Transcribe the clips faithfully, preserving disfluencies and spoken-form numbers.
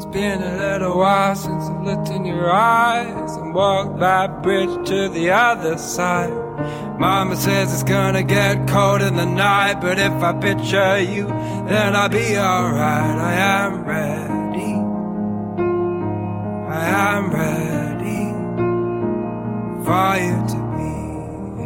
It's been a little while since I've looked in your eyes and walked that bridge to the other side. Mama says it's gonna get cold in the night, but if I picture you, then I'll be alright. I am ready, I am ready for you to be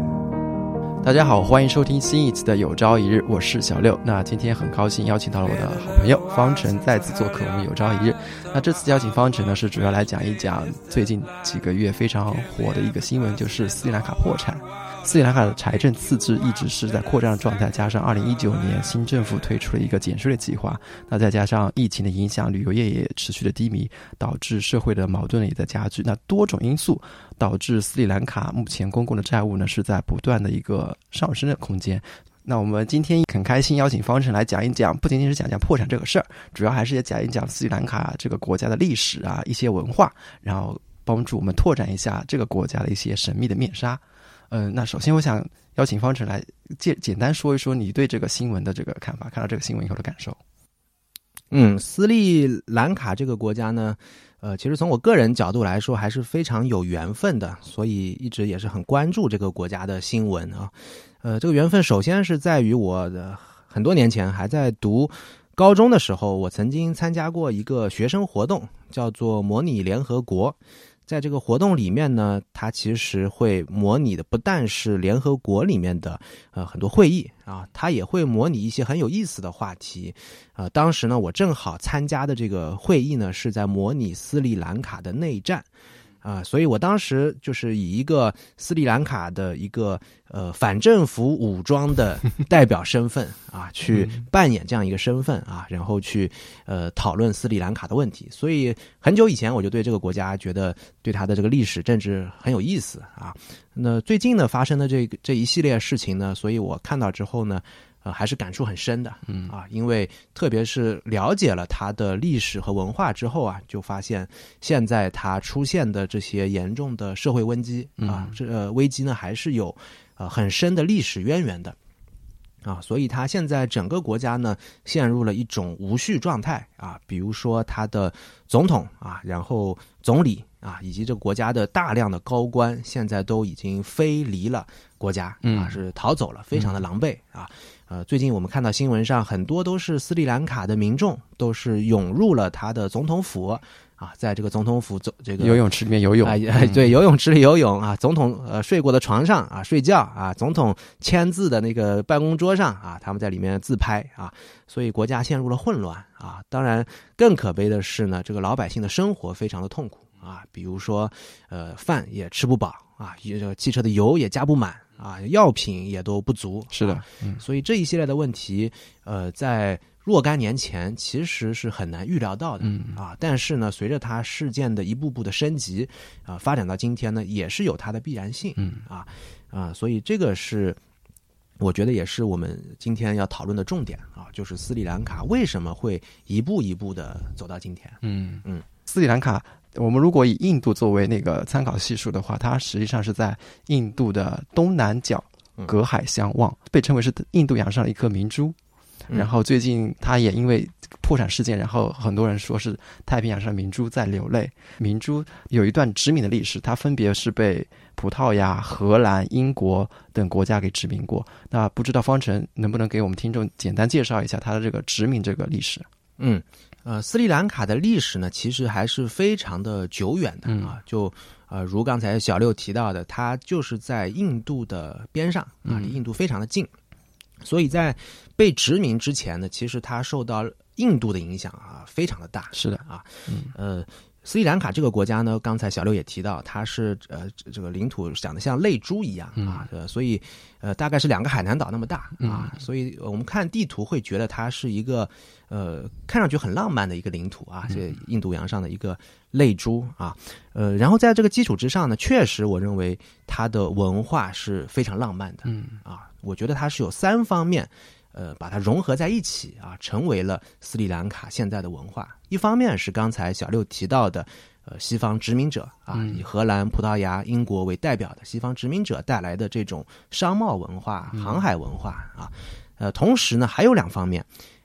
here. 大家好，欢迎收听新一期的有朝一日，我是小六。那今天很高兴邀请到了我的好朋友方晨再次做客我们有朝一日。那这次邀请方晨呢，是主要来讲一讲最近几个月非常火的一个新闻，就是斯里兰卡破产。斯里兰卡的财政赤字一直是在扩张的状态，加上二零一九年新政府推出了一个减税的计划，那再加上疫情的影响，旅游业也持续的低迷，导致社会的矛盾也在加剧。那多种因素导致斯里兰卡目前公共的债务呢是在不断的一个上升的空间。那我们今天很开心邀请方晨来讲一讲，不仅仅是讲讲破产这个事儿，主要还是也讲一讲斯里兰卡这个国家的历史啊，一些文化，然后帮助我们拓展一下这个国家的一些神秘的面纱。嗯、呃，那首先我想邀请方晨来简简单说一说你对这个新闻的这个看法，看到这个新闻以后的感受。 嗯，斯里兰卡这个国家呢，呃，其实从我个人角度来说还是非常有缘分的，所以一直也是很关注这个国家的新闻啊。呃，这个缘分首先是在于我的很多年前还在读高中的时候，我曾经参加过一个学生活动，叫做模拟联合国。在这个活动里面呢，它其实会模拟的不但是联合国里面的呃很多会议啊，它也会模拟一些很有意思的话题。呃，当时呢，我正好参加的这个会议呢，是在模拟斯里兰卡的内战。啊、呃，所以我当时就是以一个斯里兰卡的一个呃反政府武装的代表身份啊，去扮演这样一个身份啊，然后去呃讨论斯里兰卡的问题。所以很久以前我就对这个国家觉得对它的这个历史政治很有意思啊。那最近呢发生的这个这一系列事情呢，所以我看到之后呢。呃，还是感触很深的，嗯啊，因为特别是了解了它的历史和文化之后啊，就发现现在它出现的这些严重的社会危机啊，这、呃、危机呢还是有呃很深的历史渊源的。啊，所以他现在整个国家呢陷入了一种无序状态啊，比如说他的总统啊，然后总理啊，以及这个国家的大量的高官，现在都已经飞离了国家啊，是逃走了，非常的狼狈啊。呃，最近我们看到新闻上很多都是斯里兰卡的民众都是涌入了他的总统府。啊，在这个总统府走这个游泳池里面游泳， 啊、呃，对，游泳池里游泳啊，总统呃睡过的床上啊睡觉啊，总统签字的那个办公桌上啊，他们在里面自拍啊，所以国家陷入了混乱啊。当然，更可悲的是呢，这个老百姓的生活非常的痛苦啊，比如说呃饭也吃不饱啊，这个汽车的油也加不满啊，药品也都不足。 是的， 嗯，所以这一系列的问题，呃，在若干年前其实是很难预料到的、嗯、啊，但是呢，随着它事件的一步步的升级啊，发展到今天呢，也是有它的必然性，嗯啊啊，所以这个是我觉得也是我们今天要讨论的重点啊，就是斯里兰卡为什么会一步一步的走到今天。嗯嗯， 斯里兰卡，我们如果以印度作为那个参考系数的话，它实际上是在印度的东南角，隔海相望，被称为是印度洋上的一颗明珠。然后最近他也因为破产事件，然后很多人说是太平洋上明珠在流泪。明珠有一段殖民的历史，它分别是被葡萄牙、荷兰、英国等国家给殖民过。那不知道方晨能不能给我们听众简单介绍一下它的这个殖民这个历史？ 嗯，呃，斯里兰卡的历史呢，其实还是非常的久远的啊。嗯、就呃，如刚才小六提到的，它就是在印度的边上啊，离印度非常的近。所以在被殖民之前呢，其实它受到印度的影响啊，非常的大。 是的啊，嗯、呃，斯里兰卡这个国家呢，刚才小六也提到，它是呃这个领土长得像泪珠一样啊，嗯、呃，所以呃大概是两个海南岛那么大啊，嗯、所以我们看地图会觉得它是一个呃看上去很浪漫的一个领土啊，这印度洋上的一个泪珠啊，呃，然后在这个基础之上呢，确实我认为它的文化是非常浪漫的，嗯啊。我觉得它是有三方面，呃，把它融合在一起啊，成为了斯里兰卡现在的文化。一方面是刚才小六提到的，呃，西方殖民者啊，以荷兰、葡萄牙、英国为代表的西方殖民者带来的这种商贸文化、航海文化啊，呃，同时呢还有两方面，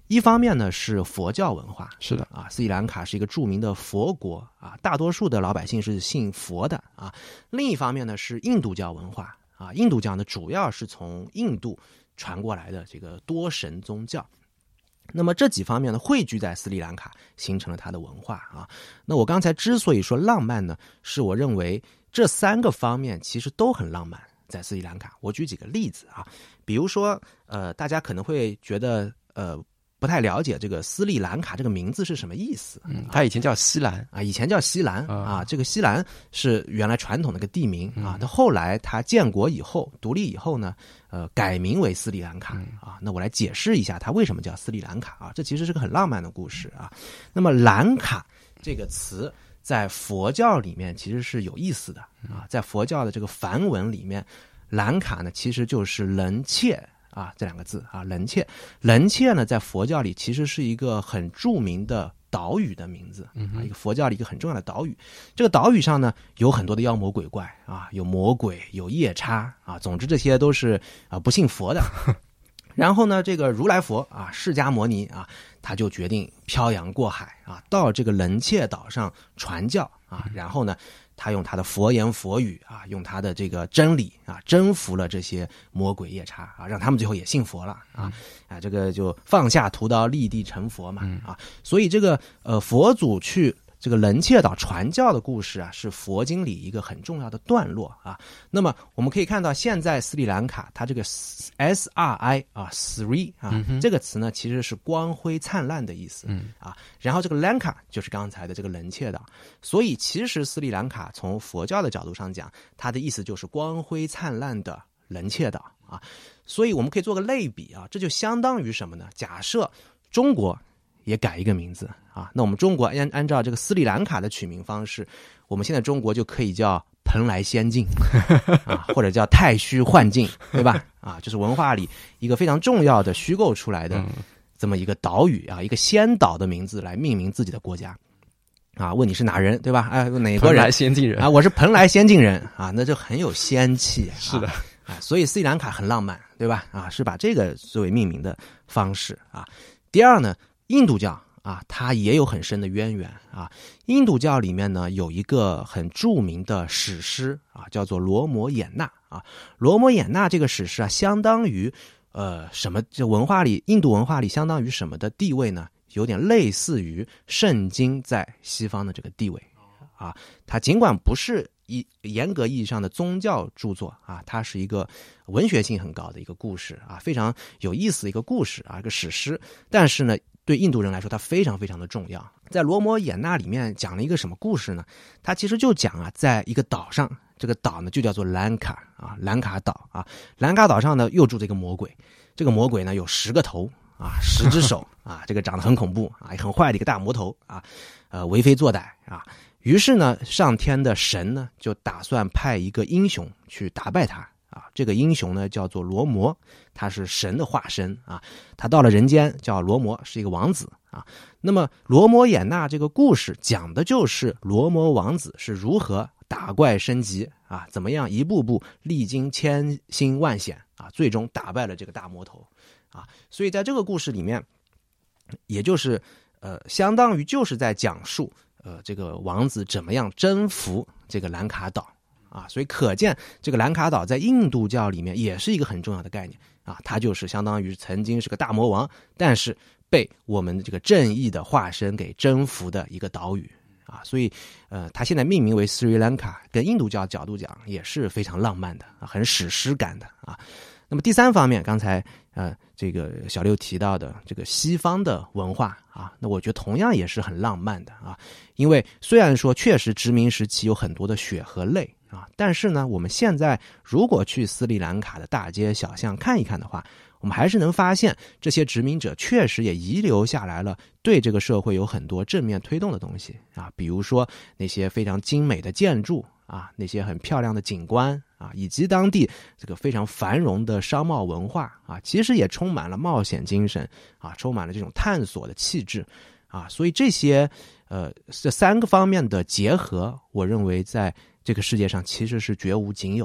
一方面呢是佛教文化， 是的啊，斯里兰卡是一个著名的佛国啊，大多数的老百姓是信佛的啊。另一方面呢是印度教文化啊，印度教呢主要是从印度传过来的这个多神宗教。那么这几方面呢汇聚在斯里兰卡，形成了它的文化啊。那我刚才之所以说浪漫呢，是我认为这三个方面其实都很浪漫，在斯里兰卡。我举几个例子啊，比如说呃，大家可能会觉得呃不太了解这个斯里兰卡这个名字是什么意思。 嗯，它以前叫西兰啊，以前叫西兰啊， 啊，这个西兰是原来传统的一个地名啊，它后来它建国以后独立以后呢，呃，改名为斯里兰卡啊。那我来解释一下它为什么叫斯里兰卡啊，这其实是个很浪漫的故事啊。那么兰卡这个词在佛教里面其实是有意思的啊，在佛教的这个梵文里面，兰卡呢其实就是人切啊，这两个字啊，人切，人切呢，在佛教里其实是一个很著名的岛屿的名字啊，一个佛教里一个很重要的岛屿。这个岛屿上呢，有很多的妖魔鬼怪啊，有魔鬼，有夜叉啊，总之这些都是啊不信佛的。然后呢，这个如来佛啊，释迦牟尼啊，他就决定漂洋过海啊，到这个人切岛上传教啊，然后呢，他用他的佛言佛语啊，用他的这个真理啊，征服了这些魔鬼夜叉啊，让他们最后也信佛了啊啊，这个就放下屠刀立地成佛嘛啊，所以这个呃佛祖去这个人切岛传教的故事啊，是佛经里一个很重要的段落啊。那么我们可以看到，现在斯里兰卡它这个 S R I 啊 Sri 啊、嗯、这个词呢，其实是光辉灿烂的意思、嗯、啊。然后这个 Lanka 就是刚才的这个人切岛，所以其实斯里兰卡从佛教的角度上讲，它的意思就是光辉灿烂的人切岛啊。所以我们可以做个类比啊，这就相当于什么呢？假设中国也改一个名字啊，那我们中国按按照这个斯里兰卡的取名方式，我们现在中国就可以叫蓬莱仙境啊，或者叫太虚幻境，对吧？啊，就是文化里一个非常重要的虚构出来的这么一个岛屿啊，一个仙岛的名字来命名自己的国家啊。问你是哪人，对吧？哎，哪国人？ 蓬莱仙境人啊，我是蓬莱仙境人啊，那就很有仙气、啊。 是的。 啊，所以斯里兰卡很浪漫，对吧？啊，是把这个作为命名的方式啊。第二呢，印度教啊，它也有很深的渊源啊。印度教里面呢，有一个很著名的史诗啊，叫做《罗摩衍那》啊。《罗摩衍那》这个史诗啊，相当于呃什么？这文化里，印度文化里相当于什么的地位呢？有点类似于圣经在西方的这个地位啊。它尽管不是一严格意义上的宗教著作啊，它是一个文学性很高的一个故事啊，非常有意思的一个故事啊，一个史诗。但是呢，对印度人来说，它非常非常的重要。在罗摩衍那里面讲了一个什么故事呢？它其实就讲啊，在一个岛上，这个岛呢就叫做兰卡啊，兰卡岛啊。兰卡岛上呢又住这个魔鬼，这个魔鬼呢有十个头啊，十只手啊，这个长得很恐怖啊，也很坏的一个大魔头啊，呃，为非作歹啊。于是呢，上天的神呢就打算派一个英雄去打败他啊。这个英雄呢叫做罗摩，他是神的化身啊。他到了人间叫罗摩，是一个王子啊。那么罗摩衍那这个故事讲的就是罗摩王子是如何打怪升级啊，怎么样一步步历经千辛万险啊，最终打败了这个大魔头啊。所以在这个故事里面，也就是呃，相当于就是在讲述。呃，这个王子怎么样征服这个兰卡岛啊？所以可见，这个兰卡岛在印度教里面也是一个很重要的概念啊。它就是相当于曾经是个大魔王，但是被我们这个正义的化身给征服的一个岛屿啊。所以，呃，它现在命名为斯里兰卡，跟印度教角度讲也是非常浪漫的啊，很史诗感的啊。那么第三方面，刚才呃这个小六提到的这个西方的文化啊，那我觉得同样也是很浪漫的啊。因为虽然说确实殖民时期有很多的血和泪啊，但是呢，我们现在如果去斯里兰卡的大街小巷看一看的话，我们还是能发现这些殖民者确实也遗留下来了对这个社会有很多正面推动的东西啊，比如说那些非常精美的建筑啊，那些很漂亮的景观啊，以及当地这个非常繁荣的商贸文化啊，其实也充满了冒险精神啊，充满了这种探索的气质啊，所以这些呃这三个方面的结合，我认为在这个世界上其实是绝无仅有的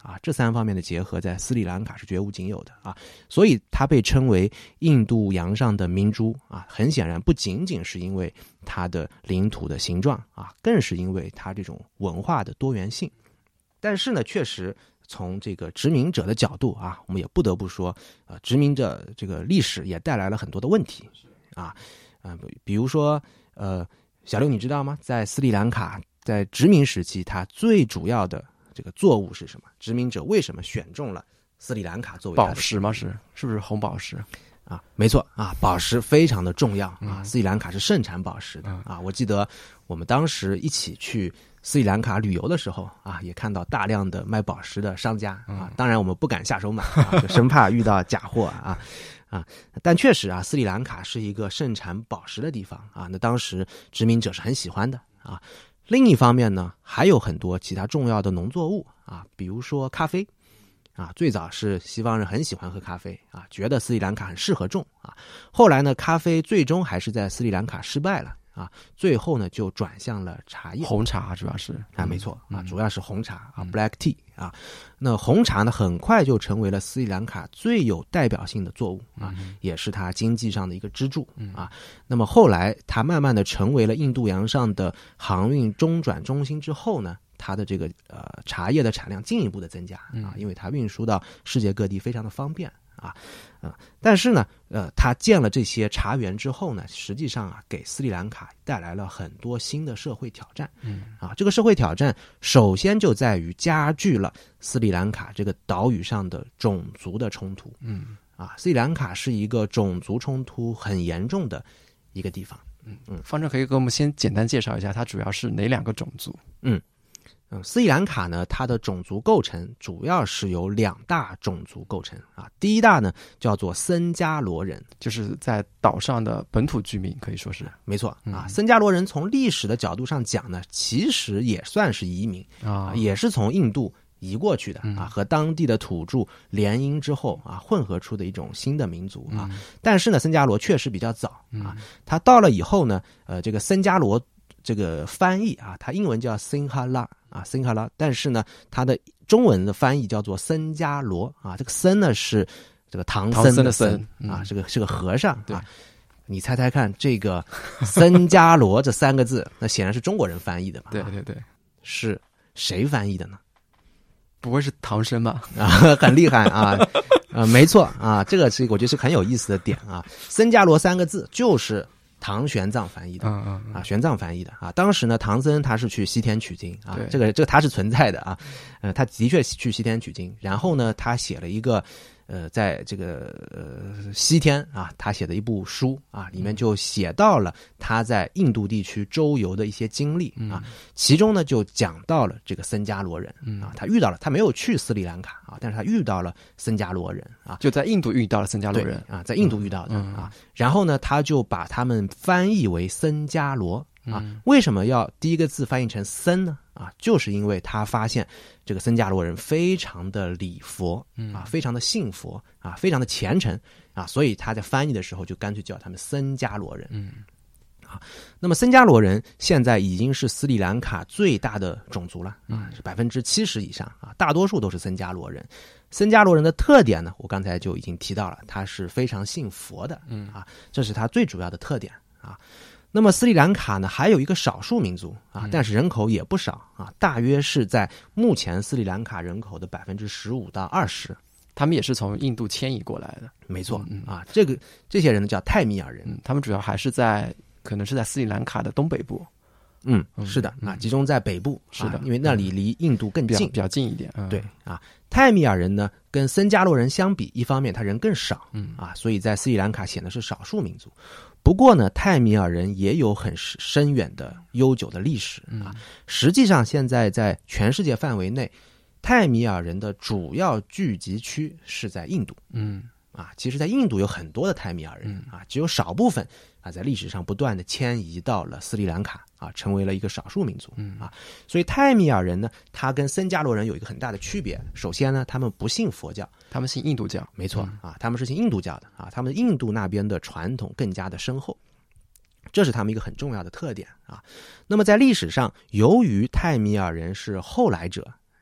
啊，这三方面的结合在斯里兰卡是绝无仅有的啊，所以它被称为印度洋上的明珠啊。很显然，不仅仅是因为它的领土的形状啊，更是因为它这种文化的多元性。但是呢，确实从这个殖民者的角度啊，我们也不得不说，呃，殖民者这个历史也带来了很多的问题啊，呃，比如说，呃，小六你知道吗？在斯里兰卡，在殖民时期，它最主要的这个作物是什么？殖民者为什么选中了斯里兰卡作为宝石吗？是是不是红宝石啊？没错啊，宝石非常的重要啊，斯里兰卡是盛产宝石的啊。我记得我们当时一起去斯里兰卡旅游的时候啊，也看到大量的卖宝石的商家啊。当然我们不敢下手买啊，就生怕遇到假货啊啊。但确实啊，斯里兰卡是一个盛产宝石的地方啊。那当时殖民者是很喜欢的啊。另一方面呢，还有很多其他重要的农作物啊，比如说咖啡啊，最早是西方人很喜欢喝咖啡啊，觉得斯里兰卡很适合种啊。后来呢，咖啡最终还是在斯里兰卡失败了啊，最后呢就转向了茶叶， 红茶主要是啊，没错啊，主要是红茶啊 ，black tea 啊。那红茶呢，很快就成为了斯里兰卡最有代表性的作物啊，也是它经济上的一个支柱啊。那么后来它慢慢的成为了印度洋上的航运中转中心之后呢，它的这个呃茶叶的产量进一步的增加啊，因为它运输到世界各地非常的方便啊，呃，但是呢，呃，它建了这些茶园之后呢，实际上啊，给斯里兰卡带来了很多新的社会挑战。嗯，啊，这个社会挑战首先就在于加剧了斯里兰卡这个岛屿上的种族的冲突。嗯，啊，斯里兰卡是一个种族冲突很严重的一个地方。 嗯嗯，方正可以给我们先简单介绍一下，它主要是哪两个种族？ 嗯。嗯，斯里兰卡呢，它的种族构成主要是由两大种族构成啊。第一大呢叫做僧伽罗人， 就是在岛上的本土居民，可以说是没错啊。僧伽罗人从历史的角度上讲呢，其实也算是移民啊，也是从印度移过去的啊，和当地的土著联姻之后啊，混合出的一种新的民族啊。但是呢，僧伽罗确实比较早啊，他到了以后呢，呃，这个僧伽罗这个翻译啊，它英文叫 Sinhala 啊 Sinhala， 但是呢，它的中文的翻译叫做僧伽罗啊。这个僧呢是这个唐僧的僧啊，这个是个和尚啊。你猜猜看，这个僧伽罗这三个字，那显然是中国人翻译的嘛？ 对对对， 是谁翻译的呢？ 不会是唐僧吧？ 啊，很厉害啊！呃，没错啊，这个是我觉得是很有意思的点啊。僧伽罗三个字就是唐玄奘翻译的， 嗯嗯啊，玄奘翻译的啊。当时呢，唐僧他是去西天取经啊，这个这个他是存在的啊，呃，他的确去西天取经。然后呢，他写了一个，呃，在这个呃西天啊，他写的一部书啊，里面就写到了他在印度地区周游的一些经历啊，其中呢就讲到了这个僧伽罗人啊，他遇到了，他没有去斯里兰卡啊，但是他遇到了僧伽罗人啊， 就在印度遇到了僧伽罗人啊，在印度遇到的啊，然后呢，他就把他们翻译为僧伽罗啊。为什么要第一个字翻译成僧呢？啊，就是因为他发现这个僧伽罗人非常的礼佛啊，非常的信佛啊，非常的虔诚啊，所以他在翻译的时候就干脆叫他们僧伽罗人。嗯，啊，那么僧伽罗人现在已经是斯里兰卡最大的种族了啊，是百分之七十以上啊，大多数都是僧伽罗人。僧伽罗人的特点呢，我刚才就已经提到了，他是非常信佛的，嗯啊，这是他最主要的特点啊。那么斯里兰卡呢，还有一个少数民族啊，但是人口也不少啊，大约是在目前斯里兰卡人口的百分之十五到二十。 他们也是从印度迁移过来的， 没错、嗯、啊，这个这些人呢叫泰米尔人、 嗯，他们主要还是在可能是在斯里兰卡的东北部。 嗯，是的啊，集中在北部， 是的、 啊，因为那里离印度更近， 比较, 比较近一点。嗯、 对啊，泰米尔人呢跟僧伽罗人相比，一方面他人更少，嗯啊，所以在斯里兰卡显得是少数民族。不过呢，泰米尔人也有很深远的、悠久的历史啊。实际上，现在在全世界范围内，泰米尔人的主要聚集区是在印度。嗯。啊，其实在印度有很多的泰米尔人啊，只有少部分啊在历史上不断的迁移到了斯里兰卡啊，成为了一个少数民族啊。所以泰米尔人呢，他跟僧伽罗人有一个很大的区别。首先呢，他们不信佛教， 他们信印度教， 没错啊，他们是信印度教的啊，他们印度那边的传统更加的深厚，这是他们一个很重要的特点啊。那么在历史上，由于泰米尔人是后来者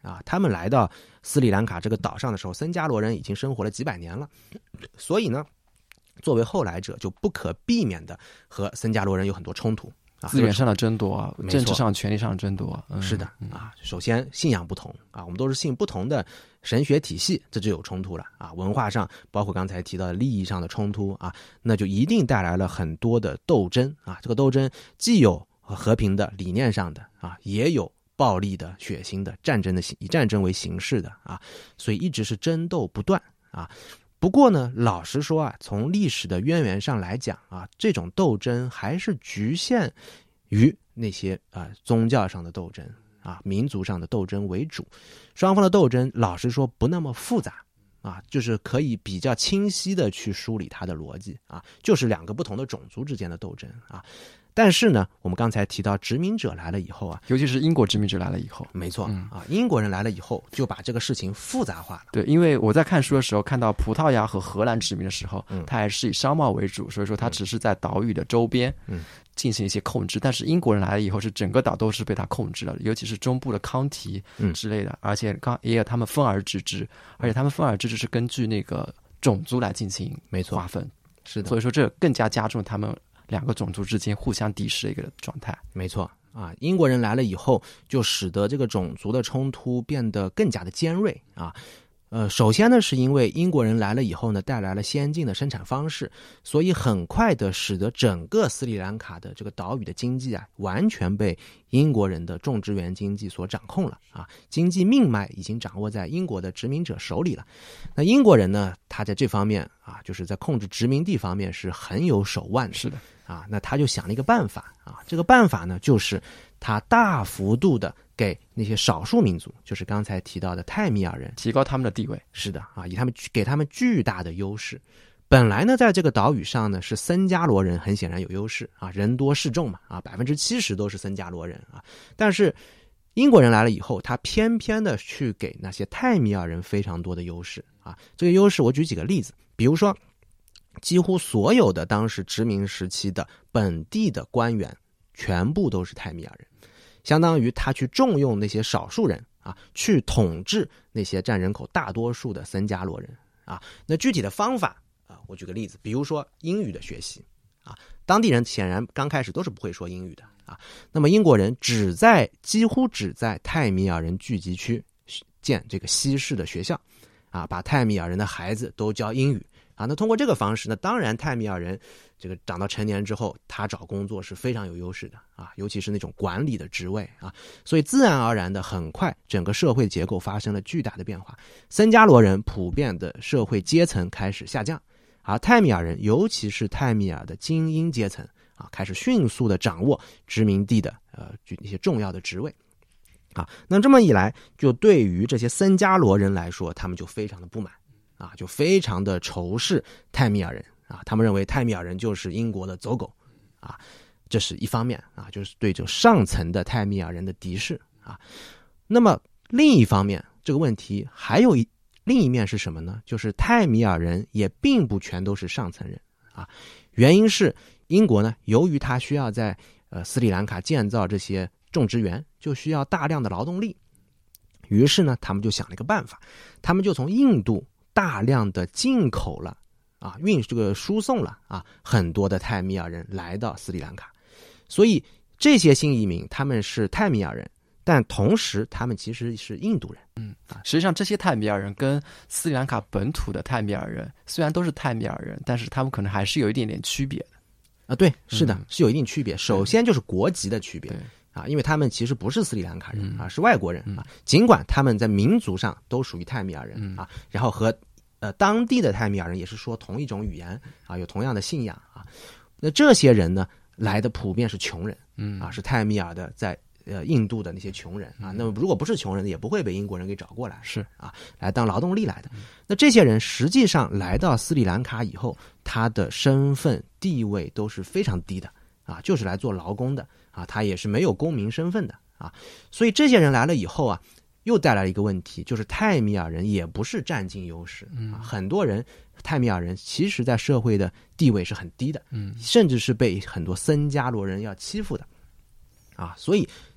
啊，他们来到斯里兰卡这个岛上的时候，僧伽罗人已经生活了几百年了，所以呢，作为后来者就不可避免的和僧伽罗人有很多冲突。 资源上的争夺啊，政治上权力上的争夺、 嗯、是的啊。首先信仰不同啊，我们都是信不同的神学体系，这就有冲突了啊。文化上，包括刚才提到的利益上的冲突啊，那就一定带来了很多的斗争啊。这个斗争既有和平的理念上的啊，也有暴力的、血腥的、战争的以战争为形式的啊，所以一直是争斗不断啊。不过呢，老实说啊，从历史的渊源上来讲啊，这种斗争还是局限于那些啊宗教上的斗争啊、民族上的斗争为主。双方的斗争，老实说不那么复杂啊，就是可以比较清晰的去梳理它的逻辑啊，就是两个不同的种族之间的斗争啊。但是呢，我们刚才提到殖民者来了以后啊， 尤其是英国殖民者来了以后， 没错、嗯、啊，英国人来了以后就把这个事情复杂化了。 对，因为我在看书的时候看到葡萄牙和荷兰殖民的时候，嗯，它还是以商贸为主，所以说它只是在岛屿的周边，嗯，进行一些控制。但是英国人来了以后，是整个岛都是被它控制了，尤其是中部的康提之类的，嗯、而且刚也有他们分而治之，而且他们分而治之是根据那个种族来进行没错划分， 是的， 所以说这更加加重他们两个种族之间互相敌视的一个状态。 没错啊，英国人来了以后，就使得这个种族的冲突变得更加的尖锐啊。呃，首先呢，是因为英国人来了以后呢，带来了先进的生产方式，所以很快的使得整个斯里兰卡的这个岛屿的经济啊，完全被英国人的种植园经济所掌控了啊，经济命脉已经掌握在英国的殖民者手里了。那英国人呢，他在这方面啊，就是在控制殖民地方面是很有手腕的。 是的。 啊，那他就想了一个办法啊，这个办法呢，就是他大幅度的给那些少数民族，就是刚才提到的泰米尔人， 提高他们的地位。 是的啊，以他们给他们巨大的优势。本来呢，在这个岛屿上呢，是僧伽罗人很显然有优势啊，人多势众嘛啊，百分之七十都是僧伽罗人啊。但是英国人来了以后，他偏偏的去给那些泰米尔人非常多的优势啊。这个优势我举几个例子，比如说。几乎所有的当时殖民时期的本地的官员全部都是泰米尔人，相当于他去重用那些少数人啊，去统治那些占人口大多数的僧伽罗人啊。那具体的方法啊，我举个例子，比如说英语的学习啊，当地人显然刚开始都是不会说英语的啊，那么英国人只在几乎只在泰米尔人聚集区建这个西式的学校啊，把泰米尔人的孩子都教英语。啊，那通过这个方式呢，当然泰米尔人这个长到成年之后，他找工作是非常有优势的啊，尤其是那种管理的职位啊，所以自然而然的，很快整个社会结构发生了巨大的变化。僧伽罗人普遍的社会阶层开始下降，而泰米尔人，尤其是泰米尔的精英阶层啊，开始迅速的掌握殖民地的呃一些重要的职位。啊，那这么一来，就对于这些僧伽罗人来说，他们就非常的不满。啊，就非常的仇视泰米尔人啊，他们认为泰米尔人就是英国的走狗啊，这是一方面啊，就是对这上层的泰米尔人的敌视啊。那么另一方面，这个问题还有一另一面是什么呢？就是泰米尔人也并不全都是上层人啊，原因是英国呢，由于他需要在呃斯里兰卡建造这些种植园，就需要大量的劳动力，于是呢，他们就想了一个办法，他们就从印度大量的进口了啊，运这个输送了啊，很多的泰米尔人来到斯里兰卡，所以这些新移民他们是泰米尔人，但同时他们其实是印度人。 嗯，实际上这些泰米尔人跟斯里兰卡本土的泰米尔人虽然都是泰米尔人，但是他们可能还是有一点点区别的啊。对，是的，嗯、是有一定区别。首先就是国籍的区别。啊，因为他们其实不是斯里兰卡人啊，是外国人啊。尽管他们在民族上都属于泰米尔人啊，然后和呃当地的泰米尔人也是说同一种语言啊，有同样的信仰啊。那这些人呢，来的普遍是穷人，嗯啊，是泰米尔的在呃印度的那些穷人啊。那么如果不是穷人，也不会被英国人给找过来， 是啊， 来当劳动力来的。那这些人实际上来到斯里兰卡以后，他的身份地位都是非常低的啊，就是来做劳工的。啊，他也是没有公民身份的啊，所以这些人来了以后啊，又带来了一个问题，就是泰米尔人也不是占尽优势啊，很多人泰米尔人其实在社会的地位是很低的，嗯，甚至是被很多僧伽罗人要欺负的啊，所以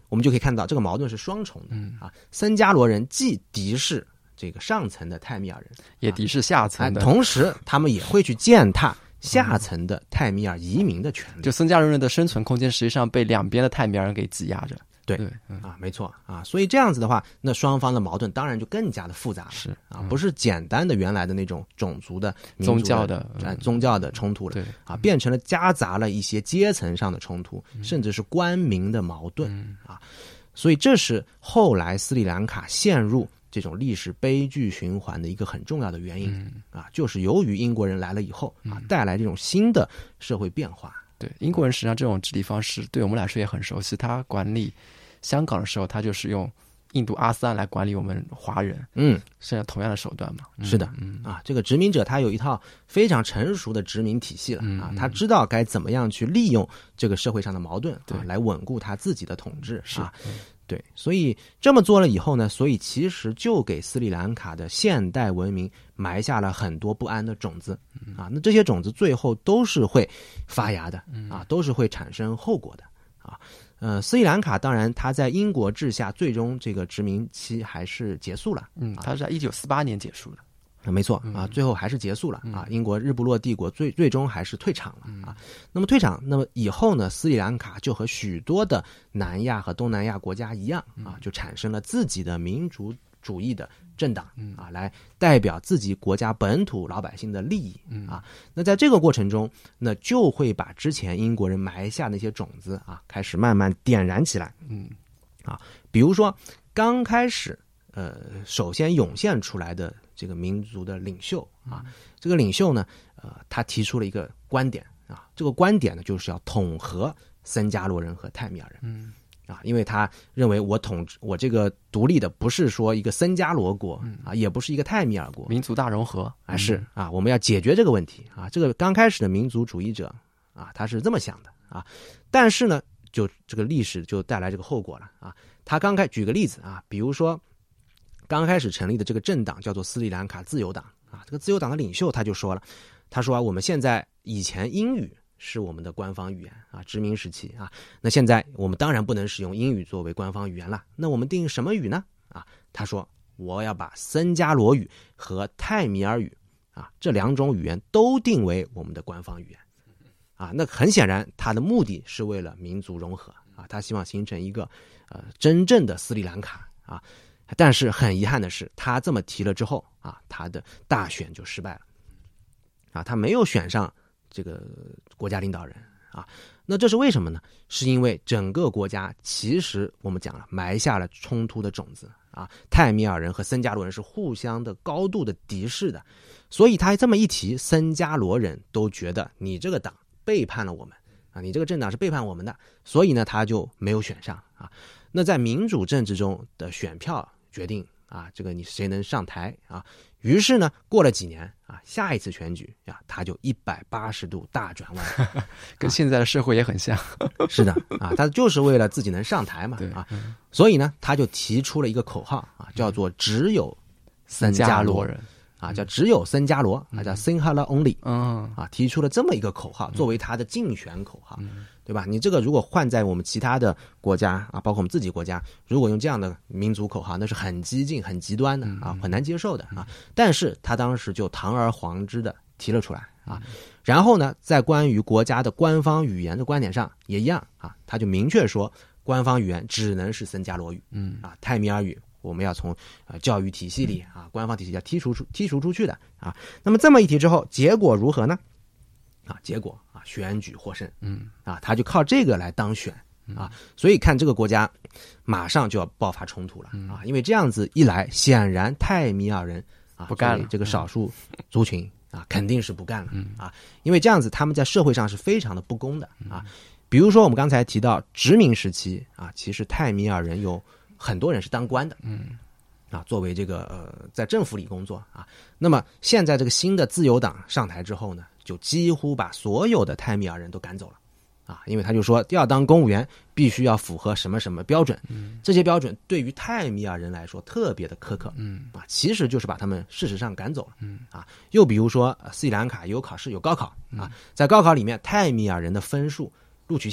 我们就可以看到这个矛盾是双重的、 嗯、 啊。僧伽罗人既敌视这个上层的泰米尔人， 也敌视下层的、 啊、同时他们也会去践踏下层的泰米尔移民的权利。 就僧伽罗人的生存空间实际上被两边的泰米尔人给挤压着。 对， 对嗯、 啊，没错啊，所以这样子的话，那双方的矛盾当然就更加的复杂了， 是啊，不是简单的原来的那种种族的、民族的宗教的、 嗯、宗教的冲突了， 对啊，变成了夹杂了一些阶层上的冲突， 嗯、 甚至是官民的矛盾、 嗯、 啊，所以这是后来斯里兰卡陷入这种历史悲剧循环的一个很重要的原因、 嗯、 啊，就是由于英国人来了以后啊，带来这种新的社会变化。 对，英国人实际上这种治理方式对我们来说也很熟悉，他管理香港的时候，他就是用印度阿斯兰来管理我们华人， 嗯， 是同样的手段嘛？ 嗯、是的， 嗯啊，这个殖民者他有一套非常成熟的殖民体系了、 嗯、 啊，他知道该怎么样去利用这个社会上的矛盾啊， 对来稳固他自己的统治是啊。对，所以这么做了以后呢，所以其实就给斯里兰卡的现代文明埋下了很多不安的种子、 嗯、 啊。那这些种子最后都是会发芽的啊，都是会产生后果的啊。呃，斯里兰卡当然，它在英国治下，最终这个殖民期还是结束了。 嗯，它是在一九四八年结束的。 啊、没错啊，最后还是结束了、嗯、啊。英国日不落帝国最最终还是退场了、嗯、啊。那么退场，那么以后呢，斯里兰卡就和许多的南亚和东南亚国家一样啊，就产生了自己的民族主义的政党啊，来代表自己国家本土老百姓的利益啊。那在这个过程中，那就会把之前英国人埋下那些种子啊，开始慢慢点燃起来。 嗯， 啊，比如说刚开始，呃，首先涌现出来的这个民族的领袖啊，这个领袖呢，呃，他提出了一个观点啊，这个观点呢，就是要统合僧伽罗人和泰米尔人。 嗯。 啊，因为他认为我统治我这个独立的不是说一个僧伽罗国、嗯、啊，也不是一个泰米尔国， 民族大融合啊是啊，我们要解决这个问题啊。这个刚开始的民族主义者啊，他是这么想的啊，但是呢，就这个历史就带来这个后果了啊。他刚开举个例子啊，比如说刚开始成立的这个政党叫做斯里兰卡自由党啊，这个自由党的领袖他就说了，他说啊，我们现在以前英语是我们的官方语言啊，殖民时期啊，那现在我们当然不能使用英语作为官方语言了，那我们定什么语呢？啊，他说我要把僧伽罗语和泰米尔语啊这两种语言都定为我们的官方语言啊。那很显然，他的目的是为了民族融合啊，他希望形成一个呃真正的斯里兰卡啊。但是很遗憾的是，他这么提了之后啊，他的大选就失败了啊，他没有选上这个国家领导人啊。那这是为什么呢？是因为整个国家其实我们讲了埋下了冲突的种子啊，泰米尔人和僧伽罗人是互相的高度的敌视的，所以他这么一提，僧伽罗人都觉得你这个党背叛了我们啊，你这个政党是背叛我们的，所以呢他就没有选上啊。那在民主政治中的选票决定啊，这个你谁能上台啊？于是呢，过了几年啊，下一次选举呀，他就一百八十度大转弯， 跟现在的社会也很像。 是的啊，他就是为了自己能上台嘛啊，所以呢，他就提出了一个口号啊，叫做只有僧伽罗人啊，叫只有僧伽罗啊，叫 Sinhala Only， 嗯啊，提出了这么一个口号作为他的竞选口号。对吧？你这个如果换在我们其他的国家啊，包括我们自己国家，如果用这样的民族口号，那是很激进、很极端的啊，很难接受的啊。但是他当时就堂而皇之的提了出来啊。然后呢，在关于国家的官方语言的观点上也一样啊，他就明确说，官方语言只能是僧伽罗语，嗯啊，泰米尔语我们要从呃教育体系里啊，官方体系要剔除出剔除出去的啊。那么这么一提之后，结果如何呢？啊，结果啊，选举获胜， 嗯， 啊，他就靠这个来当选啊，所以看这个国家马上就要爆发冲突了啊，因为这样子一来，显然泰米尔人啊不干了， 这个少数族群啊肯定是不干了啊，因为这样子他们在社会上是非常的不公的啊。比如说我们刚才提到殖民时期啊，其实泰米尔人有很多人是当官的，嗯。啊，作为这个呃，在政府里工作啊，那么现在这个新的自由党上台之后呢，就几乎把所有的泰米尔人都赶走了，啊，因为他就说要当公务员必须要符合什么什么标准，嗯，这些标准对于泰米尔人来说特别的苛刻，嗯，啊，其实就是把他们事实上赶走了，嗯，啊，又比如说斯里兰卡有考试有高考啊，在高考里面泰米尔人的分数录取线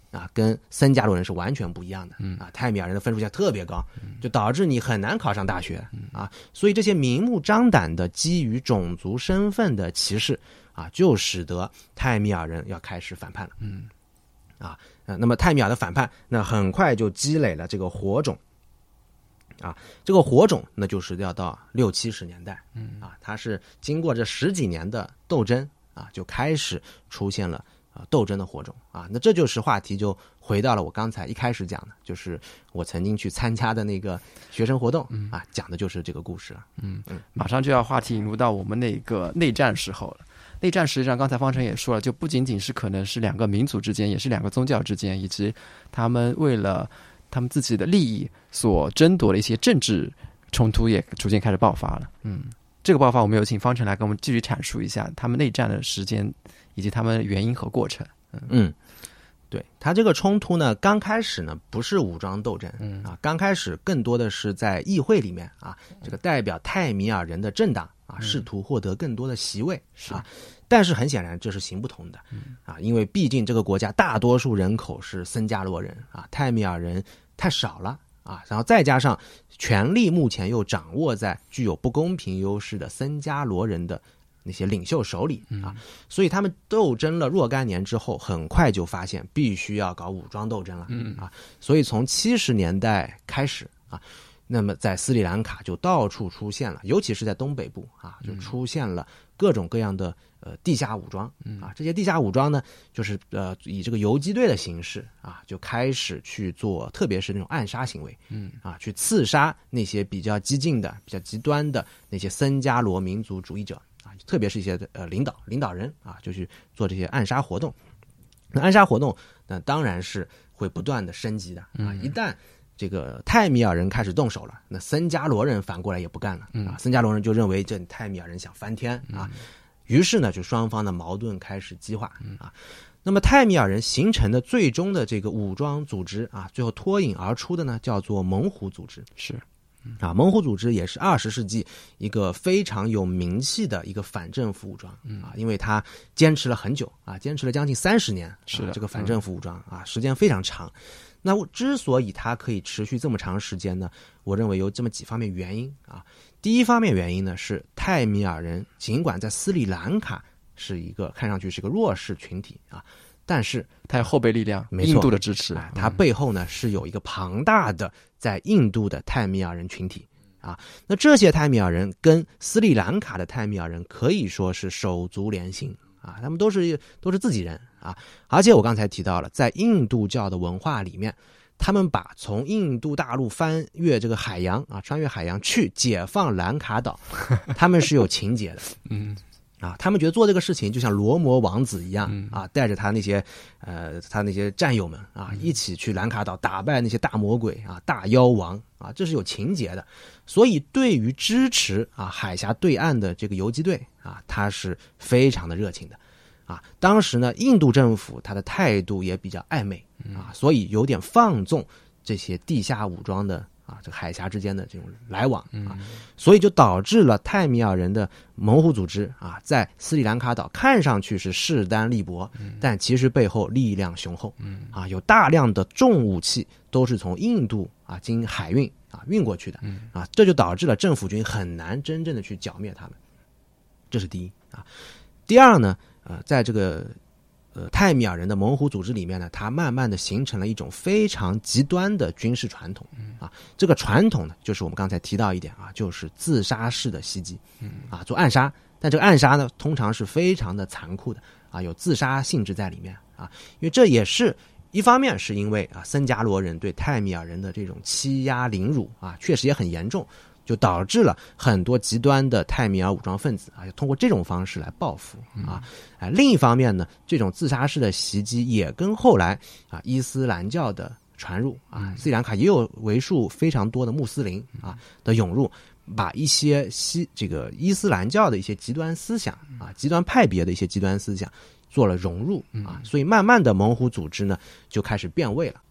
啊，跟僧伽罗人是完全不一样的啊。泰米尔人的分数线特别高，就导致你很难考上大学啊。所以这些明目张胆的基于种族身份的歧视啊，就使得泰米尔人要开始反叛了。嗯，啊，那么泰米尔的反叛，那很快就积累了这个火种。啊，这个火种那就是要到六七十年代，嗯啊，它是经过这十几年的斗争啊，就开始出现了啊斗争的火种啊。那这就是话题就回到了我刚才一开始讲的，就是我曾经去参加的那个学生活动啊，讲的就是这个故事了。 嗯嗯，马上就要话题引入到我们那个内战时候了。内战实际上刚才方程也说了，就不仅仅是可能是两个民族之间，也是两个宗教之间，以及他们为了他们自己的利益所争夺的一些政治冲突也逐渐开始爆发了。嗯，这个爆发我们有请方程来跟我们继续阐述一下他们内战的时间以及他们的原因和过程。 嗯，嗯对，他这个冲突呢，刚开始呢不是武装斗争，嗯啊，刚开始更多的是在议会里面啊，这个代表泰米尔人的政党啊，试图获得更多的席位、嗯、啊。但是很显然这是行不通的啊，因为毕竟这个国家大多数人口是僧伽罗人啊，泰米尔人太少了啊，然后再加上权力目前又掌握在具有不公平优势的僧伽罗人的那些领袖手里啊，所以他们斗争了若干年之后，很快就发现必须要搞武装斗争了啊，所以从七十年代开始啊，那么在斯里兰卡就到处出现了，尤其是在东北部啊，就出现了各种各样的呃地下武装啊，这些地下武装呢，就是呃以这个游击队的形式啊，就开始去做，特别是那种暗杀行为，嗯啊，去刺杀那些比较激进的、比较极端的那些僧伽罗民族主义者啊，特别是一些呃领导领导人啊，就去做这些暗杀活动。那暗杀活动那当然是会不断的升级的啊，一旦这个泰米尔人开始动手了，那僧伽罗人反过来也不干了啊！僧伽罗人就认为这泰米尔人想翻天啊，于是呢，就双方的矛盾开始激化啊。那么泰米尔人形成的最终的这个武装组织啊，最后脱颖而出的呢，叫做猛虎组织。 是啊，猛虎组织也是二十世纪一个非常有名气的一个反政府武装啊，因为它坚持了很久啊，坚持了将近三十年， 是的、 啊、这个反政府武装啊，时间非常长。那之所以它可以持续这么长时间呢，我认为有这么几方面原因啊。第一方面原因呢是泰米尔人尽管在斯里兰卡是一个看上去是个弱势群体啊，但是它有后备力量，印度的支持， 哎、它背后呢是有一个庞大的在印度的泰米尔人群体啊。那这些泰米尔人跟斯里兰卡的泰米尔人可以说是手足连心啊，他们都是都是自己人啊。而且我刚才提到了，在印度教的文化里面，他们把从印度大陆翻越这个海洋啊，穿越海洋去解放兰卡岛，他们是有情节的。 嗯。 啊，他们觉得做这个事情就像罗摩王子一样啊，带着他那些呃他那些战友们啊，一起去兰卡岛打败那些大魔鬼啊、大妖王啊，这是有情节的。所以对于支持啊海峡对岸的这个游击队啊，他是非常的热情的啊。当时呢，印度政府他的态度也比较暧昧啊，所以有点放纵这些地下武装的啊，这个海峡之间的这种来往啊，所以就导致了泰米尔人的猛虎组织啊，在斯里兰卡岛看上去是势单力薄，但其实背后力量雄厚，啊，有大量的重武器都是从印度啊经海运啊运过去的，啊，这就导致了政府军很难真正的去剿灭他们，这是第一啊。第二呢，呃，在这个呃，泰米尔人的猛虎组织里面呢，它慢慢的形成了一种非常极端的军事传统啊。这个传统呢，就是我们刚才提到一点啊，就是自杀式的袭击，啊，做暗杀。但这个暗杀呢，通常是非常的残酷的啊，有自杀性质在里面啊。因为这也是一方面是因为啊，僧伽罗人对泰米尔人的这种欺压凌辱啊，确实也很严重。就导致了很多极端的泰米尔武装分子啊，通过这种方式来报复啊。哎，另一方面呢，这种自杀式的袭击也跟后来啊伊斯兰教的传入啊，斯里兰卡也有为数非常多的穆斯林啊的涌入，把一些西这个伊斯兰教的一些极端思想啊、极端派别的一些极端思想做了融入啊，所以慢慢的猛虎组织呢就开始变味了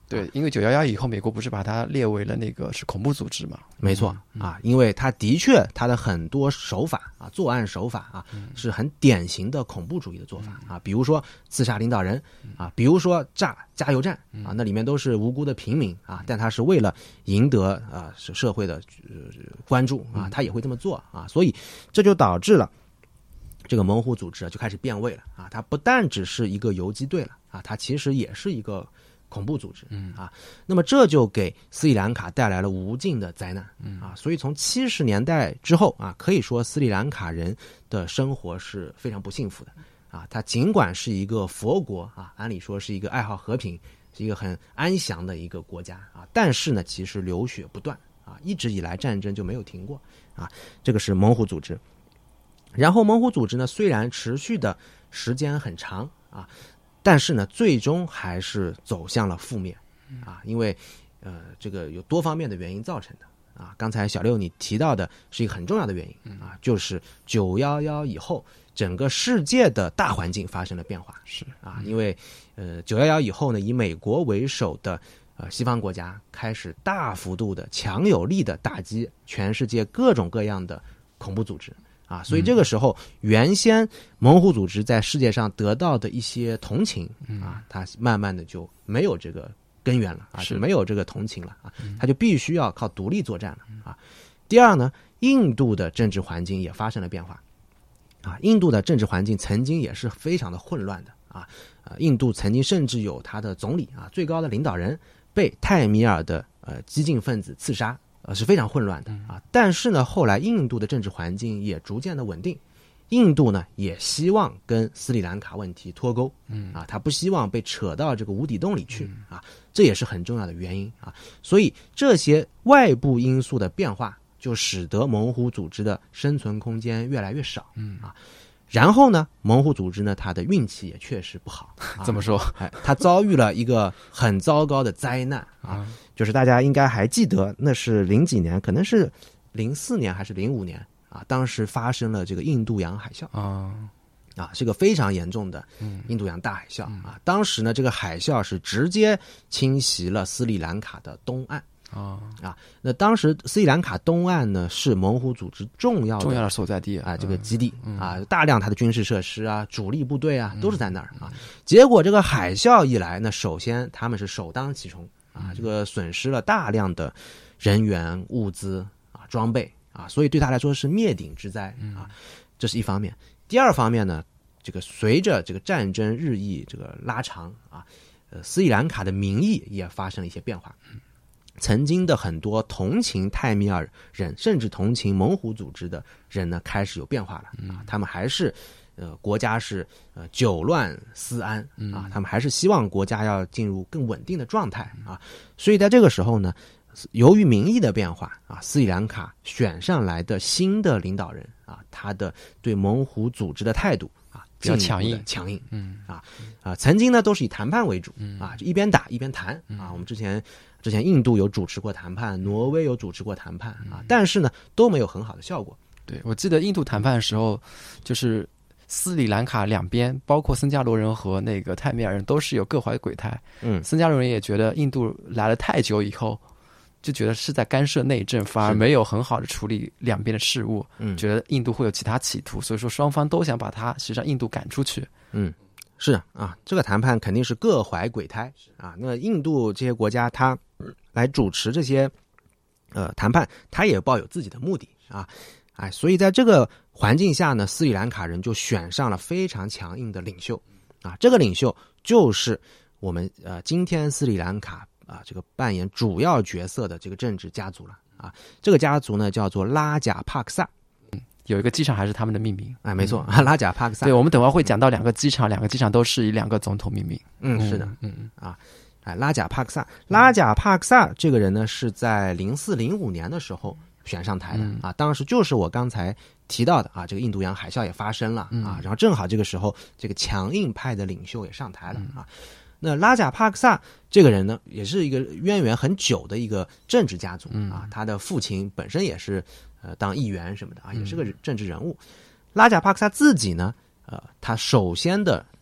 对，因为九一一以后，美国不是把它列为了那个是恐怖组织嘛？ 没错、嗯、啊，因为它的确它的很多手法啊，作案手法啊，嗯、是很典型的恐怖主义的做法、嗯、啊，比如说刺杀领导人啊，比如说炸加油站啊，那里面都是无辜的平民啊，但他是为了赢得啊社会的、呃、关注啊，他也会这么做啊，所以这就导致了这个猛虎组织就开始变味了啊，它不但只是一个游击队了啊，它其实也是一个恐怖组织，嗯啊，那么这就给斯里兰卡带来了无尽的灾难，嗯啊，所以从七十年代之后啊，可以说斯里兰卡人的生活是非常不幸福的啊。它尽管是一个佛国啊，按理说是一个爱好和平、是一个很安详的一个国家啊，但是呢，其实流血不断啊，一直以来战争就没有停过啊。这个是猛虎组织。然后猛虎组织呢，虽然持续的时间很长啊。但是呢，最终还是走向了覆灭，啊，因为，呃，这个有多方面的原因造成的，啊，刚才小六你提到的是一个很重要的原因，啊，就是九一一以后，整个世界的大环境发生了变化， 是啊，因为，呃，九一一以后呢，以美国为首的呃西方国家开始大幅度的、强有力的打击全世界各种各样的恐怖组织。啊，所以这个时候，原先猛虎组织在世界上得到的一些同情啊，它慢慢的就没有这个根源了啊，是没有这个同情了啊，它就必须要靠独立作战了啊。第二呢，印度的政治环境也发生了变化啊，印度的政治环境曾经也是非常的混乱的啊，呃，印度曾经甚至有他的总理啊，最高的领导人被泰米尔的呃激进分子刺杀。呃，是非常混乱的啊！但是呢，后来印度的政治环境也逐渐的稳定，印度呢也希望跟斯里兰卡问题脱钩，嗯啊，他不希望被扯到这个无底洞里去啊，这也是很重要的原因啊。所以这些外部因素的变化，就使得猛虎组织的生存空间越来越少，嗯啊。然后呢，猛虎组织呢，它的运气也确实不好。啊、 怎么说？ 哎，它遭遇了一个很糟糕的灾难啊，就是大家应该还记得，那是零几年，可能是零四年还是零五年啊，当时发生了这个印度洋海啸啊，啊，是个非常严重的印度洋大海啸啊。当时呢，这个海啸是直接侵袭了斯里兰卡的东岸。啊啊！那当时斯里兰卡东岸呢是猛虎组织重要的重要的所在地啊，这个基地、嗯、啊，大量它的军事设施啊、主力部队啊都是在那儿啊。结果这个海啸一来呢，首先他们是首当其冲啊，这个损失了大量的人员、物资啊、装备啊，所以对他来说是灭顶之灾啊，这是一方面。第二方面呢，这个随着这个战争日益这个拉长啊，呃，斯里兰卡的民意也发生了一些变化。曾经的很多同情泰米尔人，甚至同情猛虎组织的人呢，开始有变化了啊！他们还是，呃，国家是呃久乱思安啊，他们还是希望国家要进入更稳定的状态啊。所以在这个时候呢，由于民意的变化啊，斯里兰卡选上来的新的领导人啊，他的对猛虎组织的态度啊， 比较强硬， 强硬，嗯啊啊，曾经呢都是以谈判为主啊，就一边打一边谈啊。我们之前。之前印度有主持过谈判，挪威有主持过谈判啊，但是呢都没有很好的效果。 对，我记得印度谈判的时候，就是斯里兰卡两边，包括僧伽罗人和那个泰米尔人都是有各怀鬼胎。嗯，僧伽罗人也觉得印度来了太久以后，就觉得是在干涉内政，反而没有很好的处理两边的事务，嗯，觉得印度会有其他企图，所以说双方都想把他实际上印度赶出去。 嗯。是啊，这个谈判肯定是各怀鬼胎啊。那印度这些国家，他来主持这些呃谈判，他也抱有自己的目的啊，哎，所以在这个环境下呢，斯里兰卡人就选上了非常强硬的领袖啊。这个领袖就是我们呃今天斯里兰卡啊这个扮演主要角色的这个政治家族了啊。这个家族呢叫做拉贾帕克萨。 有一个机场还是他们的命名， 哎，没错，嗯、拉贾帕克萨。 对，我们等会儿会讲到两个机场，两个机场都是以两个总统命名。 嗯，是的，嗯嗯啊，哎，拉贾帕克萨，拉贾帕克萨这个人呢，是在零四零五年的时候选上台的、嗯、啊，当时就是我刚才提到的啊，这个印度洋海啸也发生了、嗯、啊，然后正好这个时候，这个强硬派的领袖也上台了、嗯、啊。那拉贾帕克萨这个人呢，也是一个渊源很久的一个政治家族、嗯、啊，他的父亲本身也是。呃，当议员什么的啊，也是个政治人物。嗯、拉贾帕克萨自己呢，呃，他首先的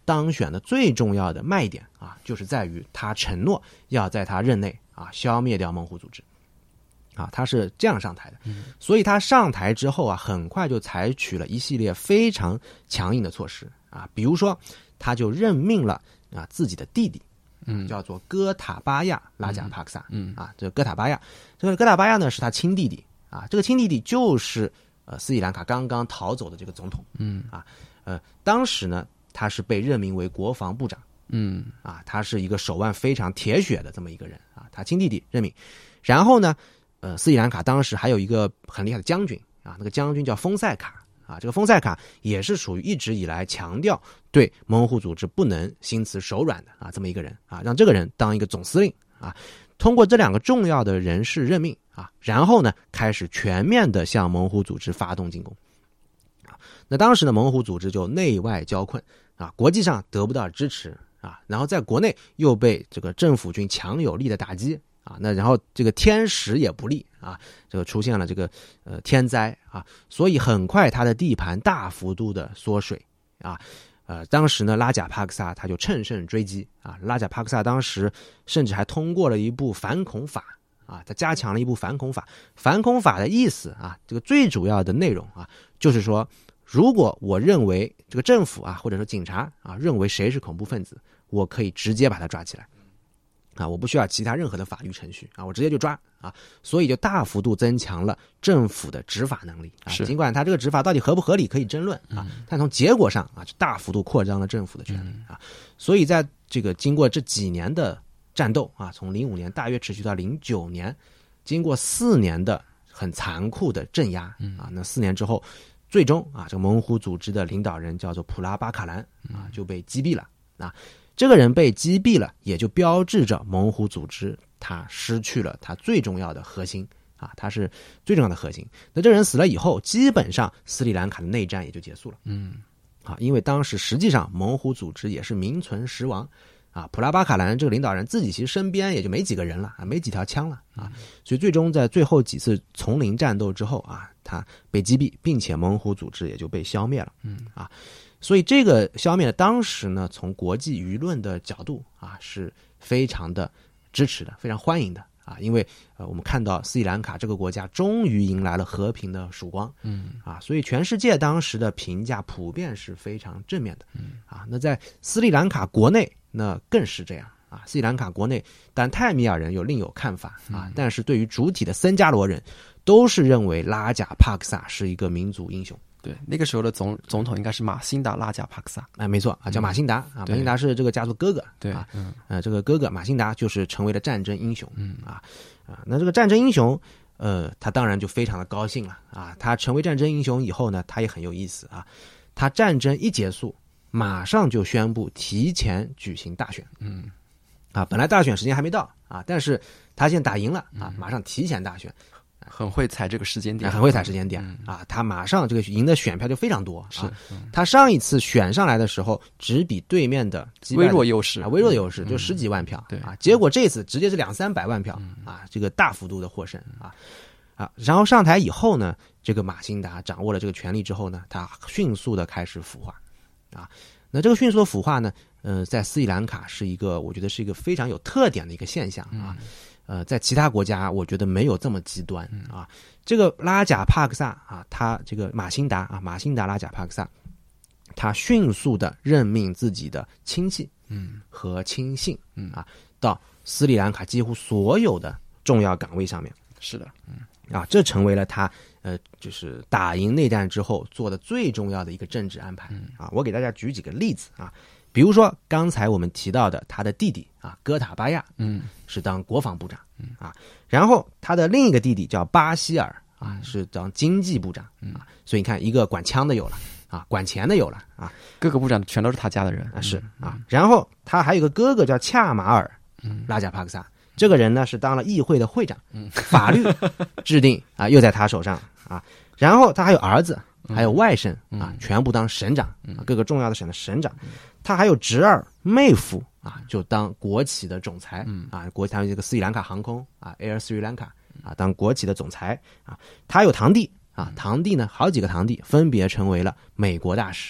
当选的最重要的卖点啊，就是在于他承诺要在他任内啊消灭掉猛虎组织。啊，他是这样上台的， 嗯、 所以他上台之后啊，很快就采取了一系列非常强硬的措施啊，比如说，他就任命了啊自己的弟弟， 嗯， 叫做哥塔巴亚拉贾帕克萨， 嗯啊，这个哥塔巴亚，这个哥塔巴亚呢是他亲弟弟啊，这个亲弟弟就是呃斯里兰卡刚刚逃走的这个总统， 嗯啊，呃，当时呢他是被任命为国防部长， 嗯啊，他是一个手腕非常铁血的这么一个人啊，他亲弟弟任命，然后呢。呃，斯里兰卡当时还有一个很厉害的将军啊，那个将军叫丰塞卡啊，这个丰塞卡也是属于一直以来强调对猛虎组织不能心慈手软的啊这么一个人啊，让这个人当一个总司令啊，通过这两个重要的人事任命啊，然后呢开始全面的向猛虎组织发动进攻啊。那当时呢，猛虎组织就内外交困啊，国际上得不到支持啊，然后在国内又被这个政府军强有力的打击。啊，那然后这个天时也不利啊，这个出现了这个呃天灾啊，所以很快他的地盘大幅度的缩水啊，呃，当时呢拉贾帕克萨他就乘胜追击啊，拉贾帕克萨当时甚至还通过了一部反恐法啊，他加强了一部反恐法，反恐法的意思啊，这个最主要的内容啊，就是说，如果我认为这个政府啊或者说警察啊认为谁是恐怖分子，我可以直接把他抓起来。啊，我不需要其他任何的法律程序啊，我直接就抓啊，所以就大幅度增强了政府的执法能力啊。尽管他这个执法到底合不合理可以争论啊，嗯、但从结果上啊，就大幅度扩张了政府的权力啊。所以在这个经过这几年的战斗啊，从零五年大约持续到零九年，经过四年的很残酷的镇压啊，那四年之后，最终啊，这个猛虎组织的领导人叫做普拉巴卡兰啊，就被击毙了啊。这个人被击毙了，也就标志着猛虎组织它失去了它最重要的核心啊，它是最重要的核心。那这个人死了以后，基本上斯里兰卡的内战也就结束了。 嗯， 啊，因为当时实际上猛虎组织也是名存实亡啊，普拉巴卡兰这个领导人自己其实身边也就没几个人了啊，没几条枪了啊，所以最终在最后几次丛林战斗之后啊，他被击毙，并且猛虎组织也就被消灭了。 嗯啊。所以这个消灭当时呢，从国际舆论的角度啊，是非常的支持的，非常欢迎的啊，因为呃，我们看到斯里兰卡这个国家终于迎来了和平的曙光， 嗯啊，所以全世界当时的评价普遍是非常正面的， 嗯啊，那在斯里兰卡国内那更是这样啊，斯里兰卡国内，但泰米尔人有另有看法啊，但是对于主体的僧伽罗人，都是认为拉贾帕克萨是一个民族英雄。 对，那个时候的总总统应该是马辛达拉贾帕克萨， 哎，没错啊，叫马辛达、嗯、啊，马辛达是这个家族哥哥， 对啊， 嗯， 呃，这个哥哥马辛达就是成为了战争英雄， 嗯啊啊，那这个战争英雄，呃，他当然就非常的高兴了啊，他成为战争英雄以后呢，他也很有意思啊，他战争一结束，马上就宣布提前举行大选， 嗯， 啊，本来大选时间还没到啊，但是他现在打赢了啊，马上提前大选。 很会踩这个时间点， 很会踩时间点、 嗯、 啊！他马上这个赢的选票就非常多， 是、 啊嗯、 他上一次选上来的时候，只比对面的微弱优势啊，微弱的优势、 嗯、 就十几万票， 对啊，结果这次直接是两三百万票、 嗯、 啊，这个大幅度的获胜啊啊！然后上台以后呢，这个马辛达掌握了这个权力之后呢，他迅速的开始腐化啊。那这个迅速的腐化呢，呃，在斯里兰卡是一个，我觉得是一个非常有特点的一个现象啊。 嗯呃，在其他国家，我觉得没有这么极端啊。这个拉贾帕克萨啊，他这个马辛达啊，马辛达拉贾帕克萨，他迅速的任命自己的亲戚， 嗯， 和亲信， 嗯啊，到斯里兰卡几乎所有的重要岗位上面。 是的，嗯啊，这成为了他呃，就是打赢内战之后做的最重要的一个政治安排。 嗯啊，我给大家举几个例子啊。比如说刚才我们提到的他的弟弟啊，哥塔巴亚， 嗯， 是当国防部长，嗯啊，然后他的另一个弟弟叫巴希尔啊，是当经济部长，啊，所以你看一个管枪的有了啊，管钱的有了啊， 各个部长全都是他家的人啊，是啊，然后他还有个哥哥叫恰马尔拉贾帕克萨，这个人呢是当了议会的会长， 嗯， 法律制定啊又在他手上啊，然后他还有儿子。还有外甥啊，全部当省长啊，各个重要的省的省长。他还有侄儿、妹夫啊，就当国企的总裁啊，国他有这个斯里兰卡航空啊 ，Air Sri Lanka 啊，当国企的总裁啊。他有堂弟啊，堂弟呢好几个堂弟分别成为了美国大使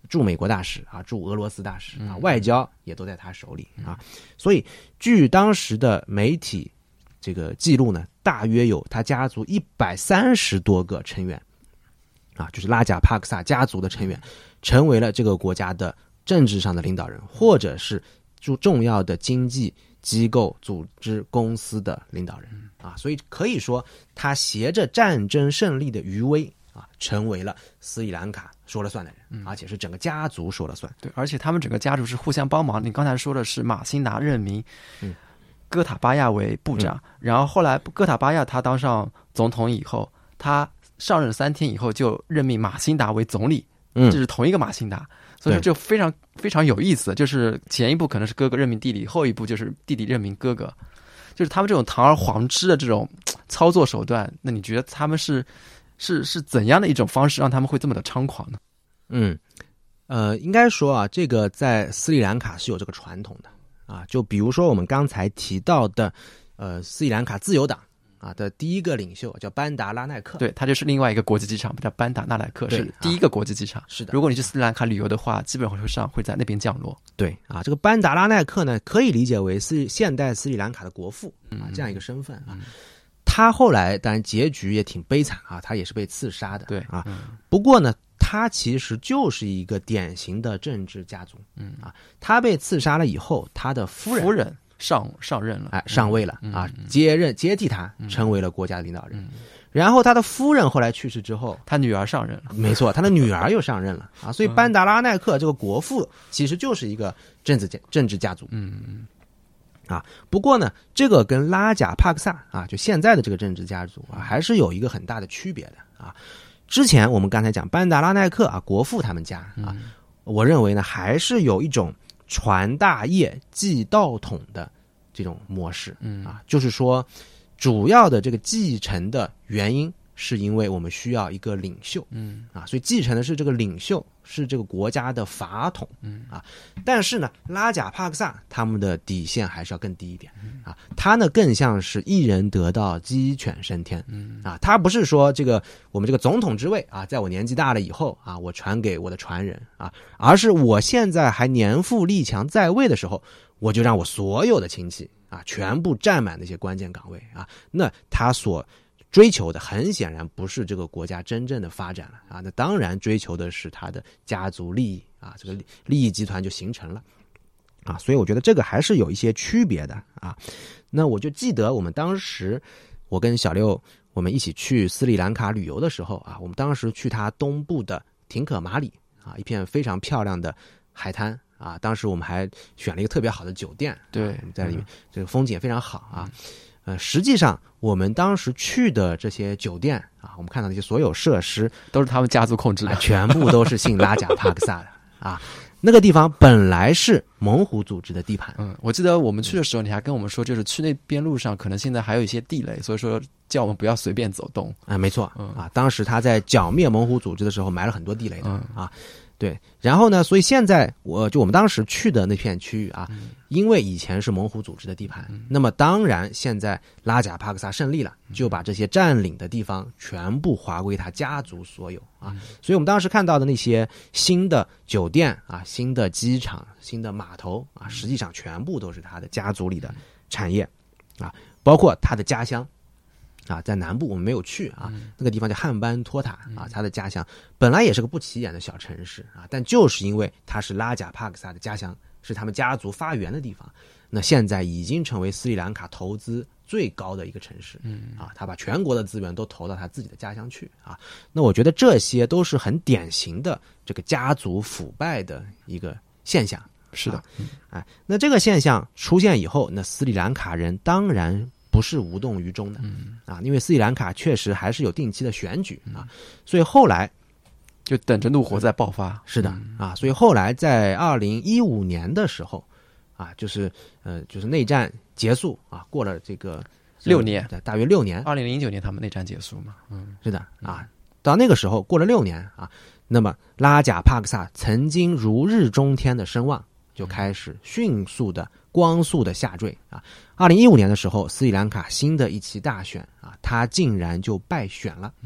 驻美国大使啊，驻俄罗斯大使啊，外交也都在他手里啊。所以据当时的媒体这个记录呢，大约有他家族一百三十多个成员啊，就是拉贾帕克萨家族的成员，成为了这个国家的政治上的领导人，或者是重要的经济机构、组织、公司的领导人啊。所以可以说，他携着战争胜利的余威啊，成为了斯里兰卡说了算的人，而且是整个家族说了算。 对，而且他们整个家族是互相帮忙。你刚才说的是马辛达任命哥塔巴亚为部长，嗯、然后后来哥塔巴亚他当上总统以后，他上任三天以后就任命马辛达为总理，嗯，这是同一个马辛达，所以说就非常非常有意思。就是前一步可能是哥哥任命弟弟，后一步就是弟弟任命哥哥，就是他们这种堂而皇之的这种操作手段，那你觉得他们是是是怎样的一种方式让他们会这么的猖狂呢？ 嗯，呃，应该说啊，这个在斯里兰卡是有这个传统的啊，就比如说我们刚才提到的，呃，斯里兰卡自由党啊的第一个领袖叫班达拉奈克， 对，他就是另外一个国际机场，叫班达纳莱克，是第一个国际机场。 是的， 如果你去斯里兰卡旅游的话，基本上会在那边降落。 对啊，这个班达拉奈克呢，可以理解为是现代斯里兰卡的国父啊，这样一个身份啊。嗯、他后来当然结局也挺悲惨啊，他也是被刺杀的。 对啊， 嗯、 不过呢，他其实就是一个典型的政治家族。嗯啊，他被刺杀了以后，他的夫人夫人上上任了， 哎，上位了、 嗯、 啊，接任接替他成为了国家的领导人。嗯、然后他的夫人后来去世之后， 他女儿上任了。 没错，他的女儿又上任了啊，所以班达拉奈克这个国父其实就是一个政治政治家族。 嗯嗯。 啊，不过呢，这个跟拉贾帕克萨啊，就现在的这个政治家族啊，还是有一个很大的区别的啊。之前我们刚才讲班达拉奈克啊，国父他们家啊，嗯、我认为呢，还是有一种传大业继道统的这种模式。嗯啊，就是说，主要的这个继承的原因，是因为我们需要一个领袖。嗯啊，所以继承的是这个领袖。是这个国家的法统，嗯啊，但是呢，拉贾帕克萨他们的底线还是要更低一点啊，他呢更像是一人得道鸡犬升天，嗯啊，他不是说这个我们这个总统之位啊，在我年纪大了以后啊，我传给我的传人啊，而是我现在还年富力强在位的时候，我就让我所有的亲戚啊全部占满那些关键岗位啊，那他所追求的很显然不是这个国家真正的发展了啊，那当然追求的是他的家族利益啊，这个利益集团就形成了啊，所以我觉得这个还是有一些区别的啊。那我就记得我们当时我跟小六我们一起去斯里兰卡旅游的时候啊，我们当时去它东部的廷可马里啊，一片非常漂亮的海滩啊，当时我们还选了一个特别好的酒店， 对， 啊、在里面、嗯、这个风景也非常好啊。呃，实际上我们当时去的这些酒店啊，我们看到那些所有设施都是他们家族控制的， 啊、全部都是姓拉贾帕克萨的啊。那个地方本来是猛虎组织的地盘。 嗯，我记得我们去的时候，你还跟我们说，就是去那边路上可能现在还有一些地雷，所以说叫我们不要随便走动。 啊，没错， 嗯、 啊，当时他在剿灭猛虎组织的时候埋了很多地雷的、嗯、啊。对，然后呢，所以现在我就我们当时去的那片区域啊，嗯、因为以前是猛虎组织的地盘，嗯、那么当然现在拉贾帕克萨胜利了，就把这些占领的地方全部划归他家族所有啊。嗯、所以我们当时看到的那些新的酒店啊、新的机场、新的码头啊，实际上全部都是他的家族里的产业啊，包括他的家乡。啊，在南部我们没有去啊，嗯、那个地方叫汉班托塔啊，他的家乡本来也是个不起眼的小城市啊，但就是因为它是拉贾帕克萨的家乡，是他们家族发源的地方，那现在已经成为斯里兰卡投资最高的一个城市，嗯啊，他把全国的资源都投到他自己的家乡去啊，那我觉得这些都是很典型的这个家族腐败的一个现象。 是的， 啊、哎，那这个现象出现以后，那斯里兰卡人当然不是无动于衷的，嗯啊，因为斯里兰卡确实还是有定期的选举啊，所以后来就等着怒火再爆发。 是的啊，所以后来在二零一五年的时候啊，就是呃，就是内战结束啊，过了这个六年， 大约六年， 二零零九年他们内战结束嘛，嗯， 是的啊，到那个时候过了六年啊，那么拉贾帕克萨曾经如日中天的声望就开始迅速的光速的下坠啊！二零一五年的时候，斯里兰卡新的一期大选啊，他竟然就败选了。嗯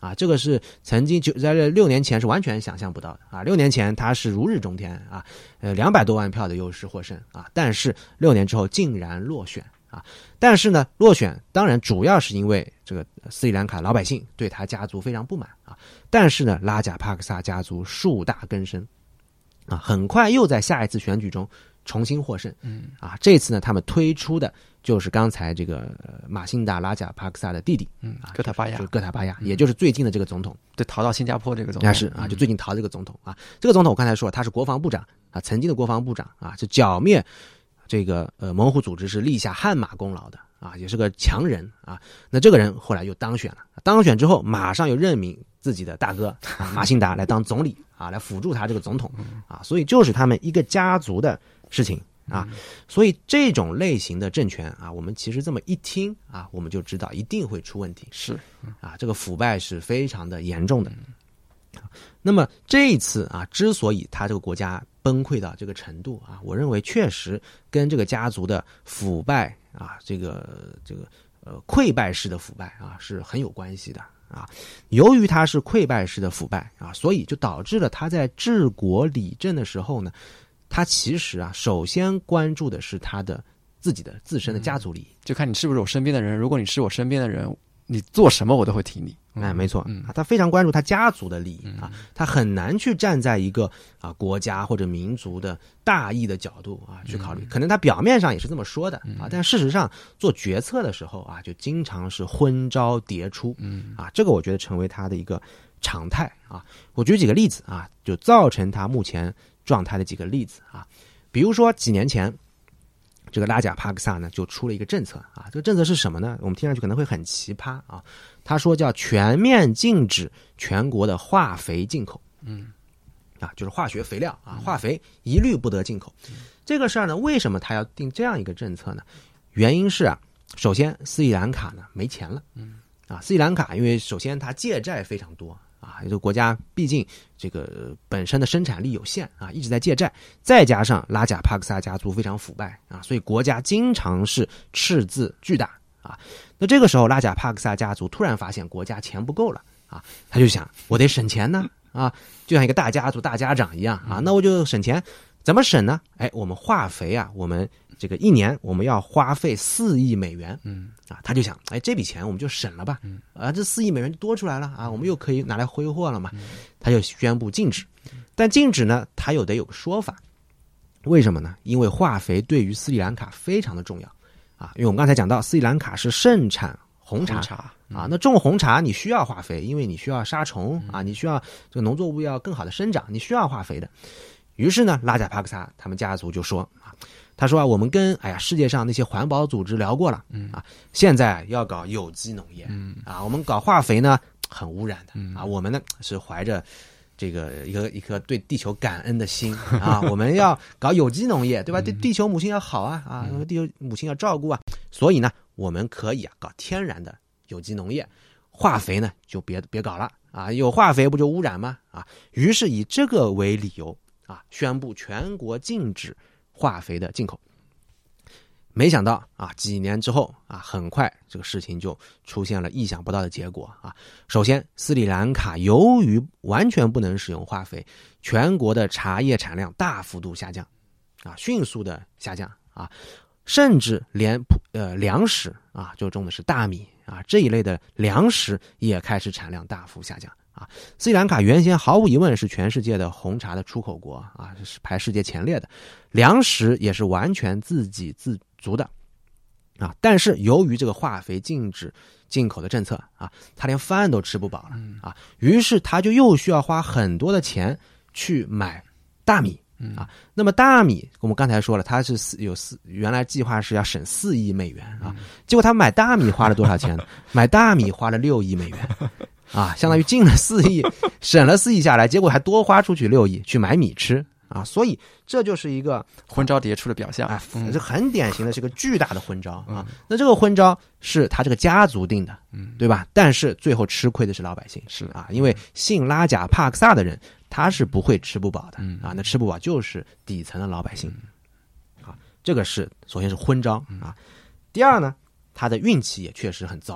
啊，这个是曾经就在六年前是完全想象不到的啊！六年前他是如日中天啊，呃，两百多万票的优势获胜啊，但是六年之后竟然落选啊！但是呢，落选当然主要是因为这个斯里兰卡老百姓对他家族非常不满啊，但是呢，拉贾帕克萨家族树大根深啊，很快又在下一次选举中重新获胜。嗯啊，这次呢，他们推出的就是刚才这个马辛达拉贾帕克萨的弟弟， 嗯，戈塔巴亚， 就是戈塔巴亚，也就是最近的这个总统， 对，逃到新加坡这个总统， 那是啊，就最近逃这个总统啊，这个总统我刚才说了，他是国防部长啊，曾经的国防部长啊，是剿灭这个呃猛虎组织是立下汗马功劳的啊，也是个强人啊。那这个人后来又当选了，当选之后马上又任命自己的大哥啊马辛达来当总理啊，来辅助他这个总统啊，所以就是他们一个家族的事情。啊，所以这种类型的政权啊，我们其实这么一听啊，我们就知道一定会出问题。 是啊，这个腐败是非常的严重的。那么这一次啊，之所以他这个国家崩溃到这个程度啊，我认为确实跟这个家族的腐败啊，这个这个呃溃败式的腐败啊是很有关系的啊。由于他是溃败式的腐败啊，所以就导致了他在治国理政的时候呢。他其实啊，首先关注的是他的自己的自身的家族利益， 嗯、就看你是不是我身边的人。如果你是我身边的人，你做什么我都会听你。 嗯、哎，没错，嗯，他非常关注他家族的利益、嗯、啊，他很难去站在一个啊国家或者民族的大义的角度啊去考虑。嗯、可能他表面上也是这么说的、嗯、啊，但事实上做决策的时候啊，就经常是昏招迭出。嗯啊，这个我觉得成为他的一个常态啊。我举几个例子啊，就造成他目前状态的几个例子啊，比如说几年前，这个拉贾帕克萨呢就出了一个政策啊，这个政策是什么呢？我们听上去可能会很奇葩啊。他说叫全面禁止全国的化肥进口，嗯，啊，就是化学肥料啊，化肥一律不得进口。嗯、这个事儿呢，为什么他要定这样一个政策呢？原因是啊，首先斯里兰卡呢没钱了，嗯，啊，斯里兰卡因为首先它借债非常多。啊，这个国家毕竟这个本身的生产力有限啊，一直在借债，再加上拉贾帕克萨家族非常腐败啊，所以国家经常是赤字巨大啊。那这个时候，拉贾帕克萨家族突然发现国家钱不够了啊，他就想我得省钱呢啊，就像一个大家族大家长一样啊，那我就省钱，怎么省呢？哎，我们化肥啊，我们这个一年我们要花费四亿美元，嗯啊，他就想，哎，这笔钱我们就省了吧，嗯啊，这四亿美元就多出来了啊，我们又可以拿来挥霍了嘛，他就宣布禁止，但禁止呢，他又得有个说法，为什么呢？因为化肥对于斯里兰卡非常的重要啊，因为我们刚才讲到斯里兰卡是盛产红茶， 红茶嗯、 啊，那种红茶你需要化肥，因为你需要杀虫啊，你需要这个农作物要更好的生长，你需要化肥的。于是呢，拉贾帕克萨他们家族就说啊，他说啊，我们跟哎呀世界上那些环保组织聊过了，嗯啊，现在要搞有机农业，嗯啊，我们搞化肥呢很污染的，嗯啊，我们呢是怀着这个一个一颗对地球感恩的心啊，我们要搞有机农业，对吧？对地球母亲要好啊啊，地球母亲要照顾啊，所以呢，我们可以啊搞天然的有机农业，化肥呢就别别搞了啊，有化肥不就污染吗？啊，于是以这个为理由。啊，宣布全国禁止化肥的进口。没想到啊，几年之后啊，很快这个事情就出现了意想不到的结果啊。首先，斯里兰卡由于完全不能使用化肥，全国的茶叶产量大幅度下降，啊，迅速的下降啊，甚至连呃粮食啊，就种的是大米啊这一类的粮食也开始产量大幅下降。啊，斯里兰卡原先毫无疑问是全世界的红茶的出口国啊，是排世界前列的，粮食也是完全自给自足的啊。但是由于这个化肥禁止进口的政策啊，他连饭都吃不饱了啊，于是他就又需要花很多的钱去买大米啊。那么大米我们刚才说了，他是四有四原来计划是要省四亿美元啊，结果他买大米花了多少钱呢？买大米花了六亿美元。啊，相当于进了四亿，省了四亿下来，结果还多花出去六亿去买米吃啊，所以这就是一个昏招迭出的表象啊，这很典型的是个巨大的昏招啊。那这个昏招是他这个家族定的，嗯，对吧？但是最后吃亏的是老百姓， 是啊，因为姓拉贾帕克萨的人他是不会吃不饱的啊，那吃不饱就是底层的老百姓啊，这个是首先是昏招啊。第二呢，他的运气也确实很糟糕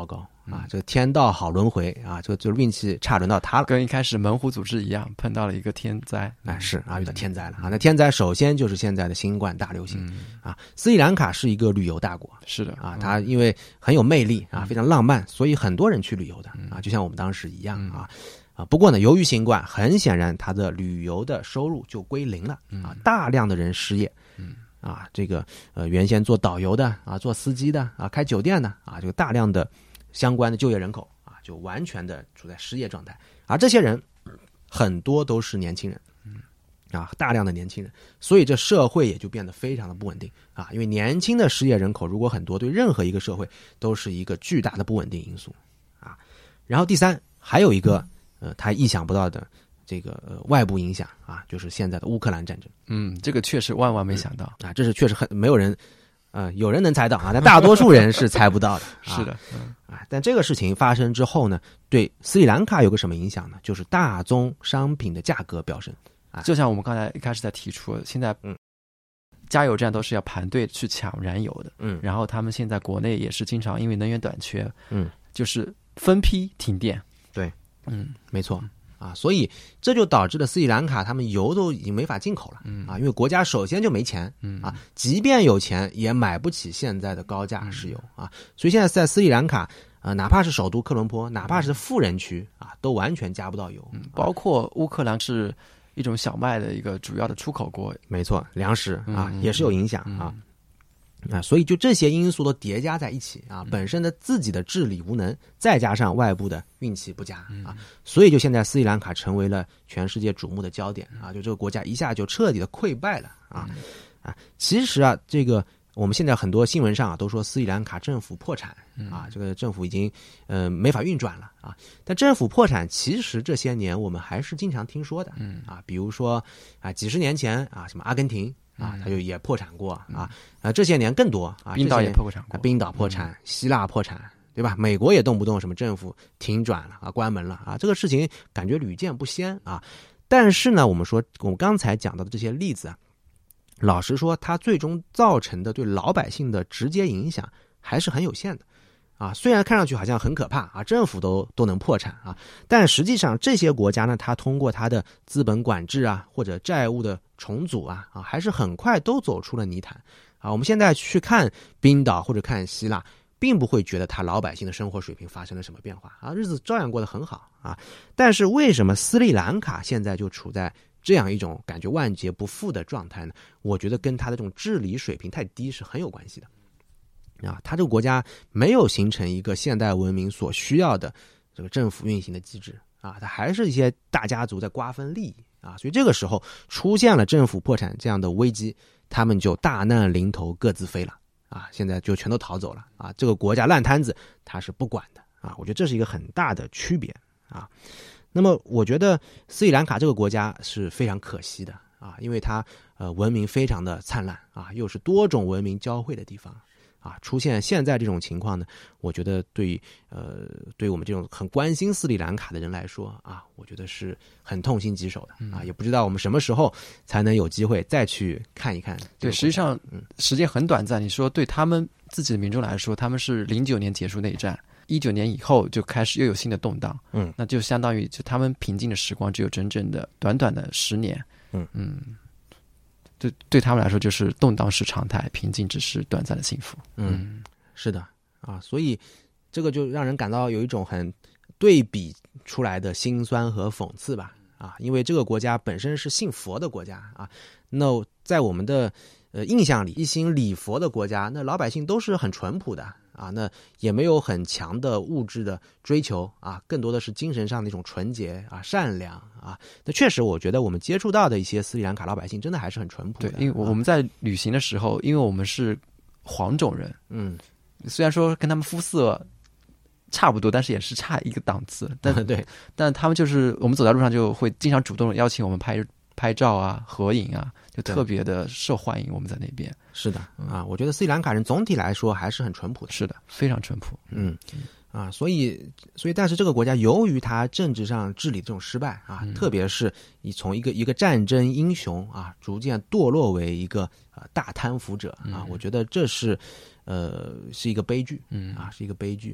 啊，这个天道好轮回啊，这个就是运气差轮到他了， 跟一开始门户组织一样，碰到了一个天灾。 哎，是啊，遇到天灾了啊。那天灾首先就是现在的新冠大流行、嗯、啊。斯里兰卡是一个旅游大国， 是的啊，它因为很有魅力啊，非常浪漫，所以很多人去旅游的啊，就像我们当时一样啊。啊，不过呢，由于新冠，很显然它的旅游的收入就归零了啊，大量的人失业。嗯。啊，这个呃，原先做导游的啊，做司机的啊，开酒店的啊，这个大量的相关的就业人口啊，就完全的处在失业状态。而这些人很多都是年轻人，啊，大量的年轻人，所以这社会也就变得非常的不稳定啊。因为年轻的失业人口如果很多，对任何一个社会都是一个巨大的不稳定因素啊。然后第三，还有一个呃，他意想不到的。这个、呃、外部影响啊，就是现在的乌克兰战争。 嗯，这个确实万万没想到、 嗯、啊，这是确实很没有人，呃，有人能猜到啊，但大多数人是猜不到的。 是的， 嗯啊，但这个事情发生之后呢，对斯里兰卡有个什么影响呢？就是大宗商品的价格飙升啊， 就像我们刚才一开始在提出，现在嗯，加油站都是要排队去抢燃油的，嗯，然后他们现在国内也是经常因为能源短缺，嗯，就是分批停电。 对，嗯，没错。啊，所以这就导致了斯里兰卡他们油都已经没法进口了，嗯啊，因为国家首先就没钱，嗯啊，即便有钱也买不起现在的高价石油、嗯、啊，所以现在在斯里兰卡，呃，哪怕是首都科伦坡，哪怕是富人区啊，都完全加不到油， 嗯，包括乌克兰是一种小麦的一个主要的出口国， 没错，粮食啊、嗯、也是有影响、嗯、啊。啊，所以就这些因素都叠加在一起啊，本身的自己的治理无能，再加上外部的运气不佳啊，所以就现在斯里兰卡成为了全世界瞩目的焦点啊，就这个国家一下就彻底的溃败了啊啊！其实啊，这个我们现在很多新闻上啊都说斯里兰卡政府破产啊，这个政府已经呃没法运转了啊，但政府破产其实这些年我们还是经常听说的啊，比如说啊几十年前啊什么阿根廷。啊，他就也破产过啊，啊，这些年更多啊， 冰岛也破产过， 冰岛破产，嗯、希腊破产，对吧？美国也动不动什么政府停转了啊，关门了啊，这个事情感觉屡见不鲜啊。但是呢，我们说我们刚才讲到的这些例子啊，老实说，它最终造成的对老百姓的直接影响还是很有限的。啊，虽然看上去好像很可怕啊，政府都都能破产啊，但实际上这些国家呢，它通过它的资本管制啊，或者债务的重组啊，啊，还是很快都走出了泥潭啊。我们现在去看冰岛或者看希腊，并不会觉得它老百姓的生活水平发生了什么变化啊，日子照样过得很好啊。但是为什么斯里兰卡现在就处在这样一种感觉万劫不复的状态呢？我觉得跟它的这种治理水平太低是很有关系的。啊，它这个国家没有形成一个现代文明所需要的这个政府运行的机制啊，它还是一些大家族在瓜分利益啊，所以这个时候出现了政府破产这样的危机，他们就大难临头各自飞了啊，现在就全都逃走了啊，这个国家烂摊子他是不管的啊，我觉得这是一个很大的区别啊。那么我觉得斯里兰卡这个国家是非常可惜的啊，因为它呃文明非常的灿烂啊，又是多种文明交汇的地方。啊，出现现在这种情况呢，我觉得对呃对我们这种很关心斯里兰卡的人来说啊，我觉得是很痛心疾首的啊，也不知道我们什么时候才能有机会再去看一看。 对，实际上时间很短暂。你说对他们自己的民众来说，他们是零九年结束内战，一九年以后就开始又有新的动荡，嗯，那就相当于就他们平静的时光只有整整的短短的十年，嗯嗯。对，对他们来说就是动荡是常态，平静只是短暂的幸福。 嗯，是的啊，所以这个就让人感到有一种很对比出来的辛酸和讽刺吧。啊，因为这个国家本身是信佛的国家啊，那在我们的呃印象里，一心礼佛的国家，那老百姓都是很淳朴的啊，那也没有很强的物质的追求啊，更多的是精神上的一种纯洁啊、善良啊。那确实，我觉得我们接触到的一些斯里兰卡老百姓，真的还是很淳朴的。 对，因为我们在旅行的时候，因为我们是黄种人，嗯，虽然说跟他们肤色差不多，但是也是差一个档次。但对， 但他们就是我们走在路上就会经常主动邀请我们拍拍照啊、合影啊，就特别的受欢迎。我们在那边是的啊，我觉得斯里兰卡人总体来说还是很淳朴的。 是的，非常淳朴。 嗯啊，所以所以，但是这个国家由于它政治上治理这种失败啊，嗯、特别是你从一个一个战争英雄啊，逐渐堕落为一个呃大贪腐者啊，嗯、我觉得这是呃是一个悲剧，嗯啊，是一个悲剧。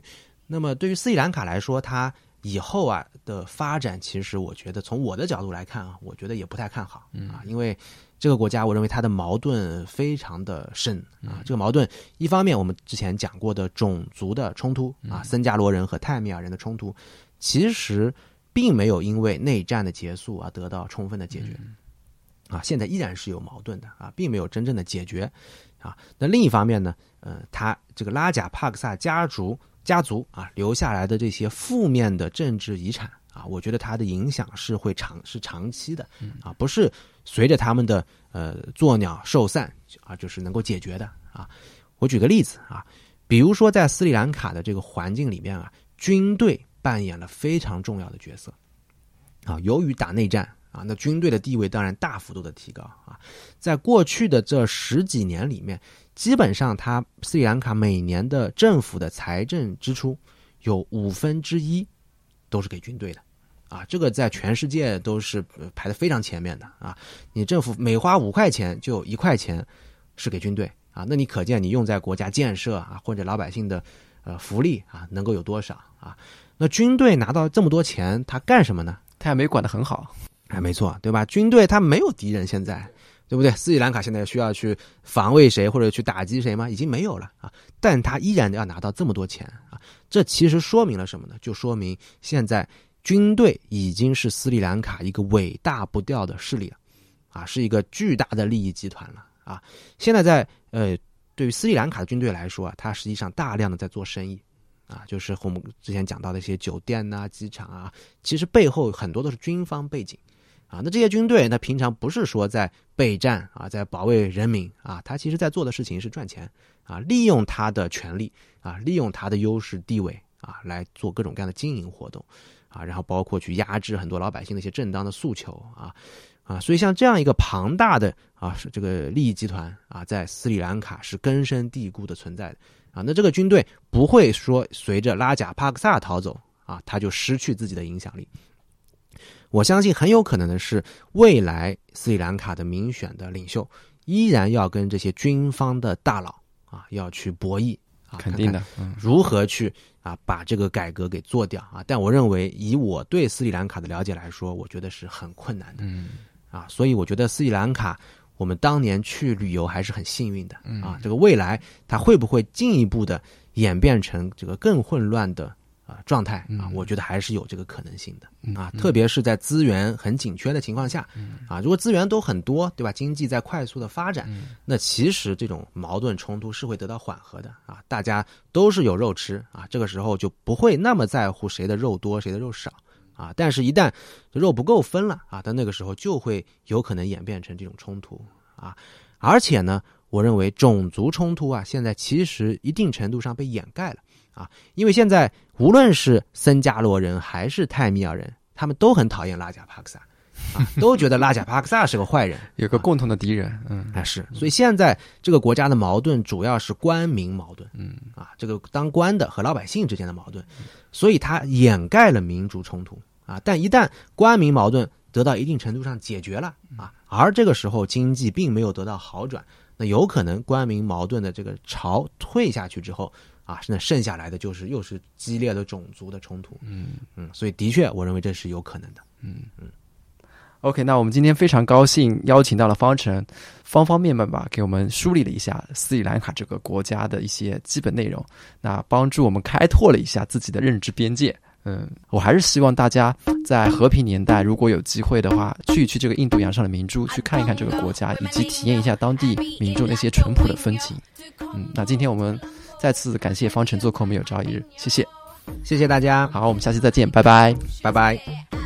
那么对于斯里兰卡来说，它以后啊的发展，其实我觉得从我的角度来看啊，我觉得也不太看好啊，因为这个国家我认为它的矛盾非常的深啊。这个矛盾一方面我们之前讲过的种族的冲突啊，僧伽罗人和泰米尔人的冲突，其实并没有因为内战的结束啊得到充分的解决啊，现在依然是有矛盾的啊，并没有真正的解决啊。那另一方面呢，呃，他这个拉贾帕克萨家族家族啊留下来的这些负面的政治遗产啊，我觉得它的影响是会长是长期的啊，不是随着他们的呃作鸟兽散啊就是能够解决的啊。我举个例子啊，比如说在斯里兰卡的这个环境里面啊，军队扮演了非常重要的角色啊。由于打内战啊，那军队的地位当然大幅度的提高啊。在过去的这十几年里面，基本上它斯里兰卡每年的政府的财政支出有五分之一都是给军队的啊，这个在全世界都是排得非常前面的啊。你政府每花五块钱就有一块钱是给军队啊，那你可见你用在国家建设啊或者老百姓的呃福利啊能够有多少啊？那军队拿到这么多钱，他干什么呢？ 他也没管得很好。 哎，没错，对吧？军队他没有敌人，现在对不对？斯里兰卡现在需要去防卫谁或者去打击谁吗？已经没有了啊，但他依然要拿到这么多钱啊，这其实说明了什么呢？就说明现在军队已经是斯里兰卡一个伟大不掉的势力了啊，是一个巨大的利益集团了啊。现在在呃，对于斯里兰卡的军队来说啊，它实际上大量的在做生意啊，就是我们之前讲到的一些酒店啊、机场啊，其实背后很多都是军方背景。啊，那这些军队，那平常不是说在备战啊，在保卫人民啊，他其实在做的事情是赚钱啊，利用他的权力啊，利用他的优势地位啊，来做各种各样的经营活动啊，然后包括去压制很多老百姓的一些正当的诉求啊啊，所以像这样一个庞大的啊这个利益集团啊，在斯里兰卡是根深蒂固的存在的啊，那这个军队不会说随着拉贾帕克萨逃走啊，他就失去自己的影响力。我相信很有可能的是，未来斯里兰卡的民选的领袖依然要跟这些军方的大佬啊要去博弈啊， 肯定的， 看看如何去啊把这个改革给做掉啊。但我认为，以我对斯里兰卡的了解来说，我觉得是很困难的， 嗯啊，所以我觉得斯里兰卡我们当年去旅游还是很幸运的啊。 嗯、 这个未来它会不会进一步的演变成这个更混乱的？啊，状态啊，我觉得还是有这个可能性的啊，特别是在资源很紧缺的情况下啊，如果资源都很多，对吧？经济在快速的发展，那其实这种矛盾冲突是会得到缓和的啊，大家都是有肉吃啊，这个时候就不会那么在乎谁的肉多谁的肉少啊，但是一旦肉不够分了啊，到那个时候就会有可能演变成这种冲突啊，而且呢，我认为种族冲突啊，现在其实一定程度上被掩盖了。啊，因为现在无论是僧伽罗人还是泰米尔人，他们都很讨厌拉贾帕克萨，啊，都觉得拉贾帕克萨是个坏人， 有个共同的敌人，嗯， 啊是，所以现在这个国家的矛盾主要是官民矛盾， 嗯，啊， 这个当官的和老百姓之间的矛盾，所以它掩盖了民族冲突啊，但一旦官民矛盾得到一定程度上解决了啊，而这个时候经济并没有得到好转，那有可能官民矛盾的这个潮退下去之后。啊，那剩下来的就是又是激烈的种族的冲突， 嗯嗯，所以的确，我认为这是有可能的， 嗯嗯。OK， 那我们今天非常高兴邀请到了方程，方方面面吧，给我们梳理了一下斯里兰卡这个国家的一些基本内容，那帮助我们开拓了一下自己的认知边界。嗯，我还是希望大家在和平年代，如果有机会的话，去一去这个印度洋上的明珠，去看一看这个国家，以及体验一下当地民众那些淳朴的风情。嗯，那今天我们再次感谢方程做客我们有朝一日，谢谢， 谢谢大家， 好，我们下期再见，拜拜， 拜拜。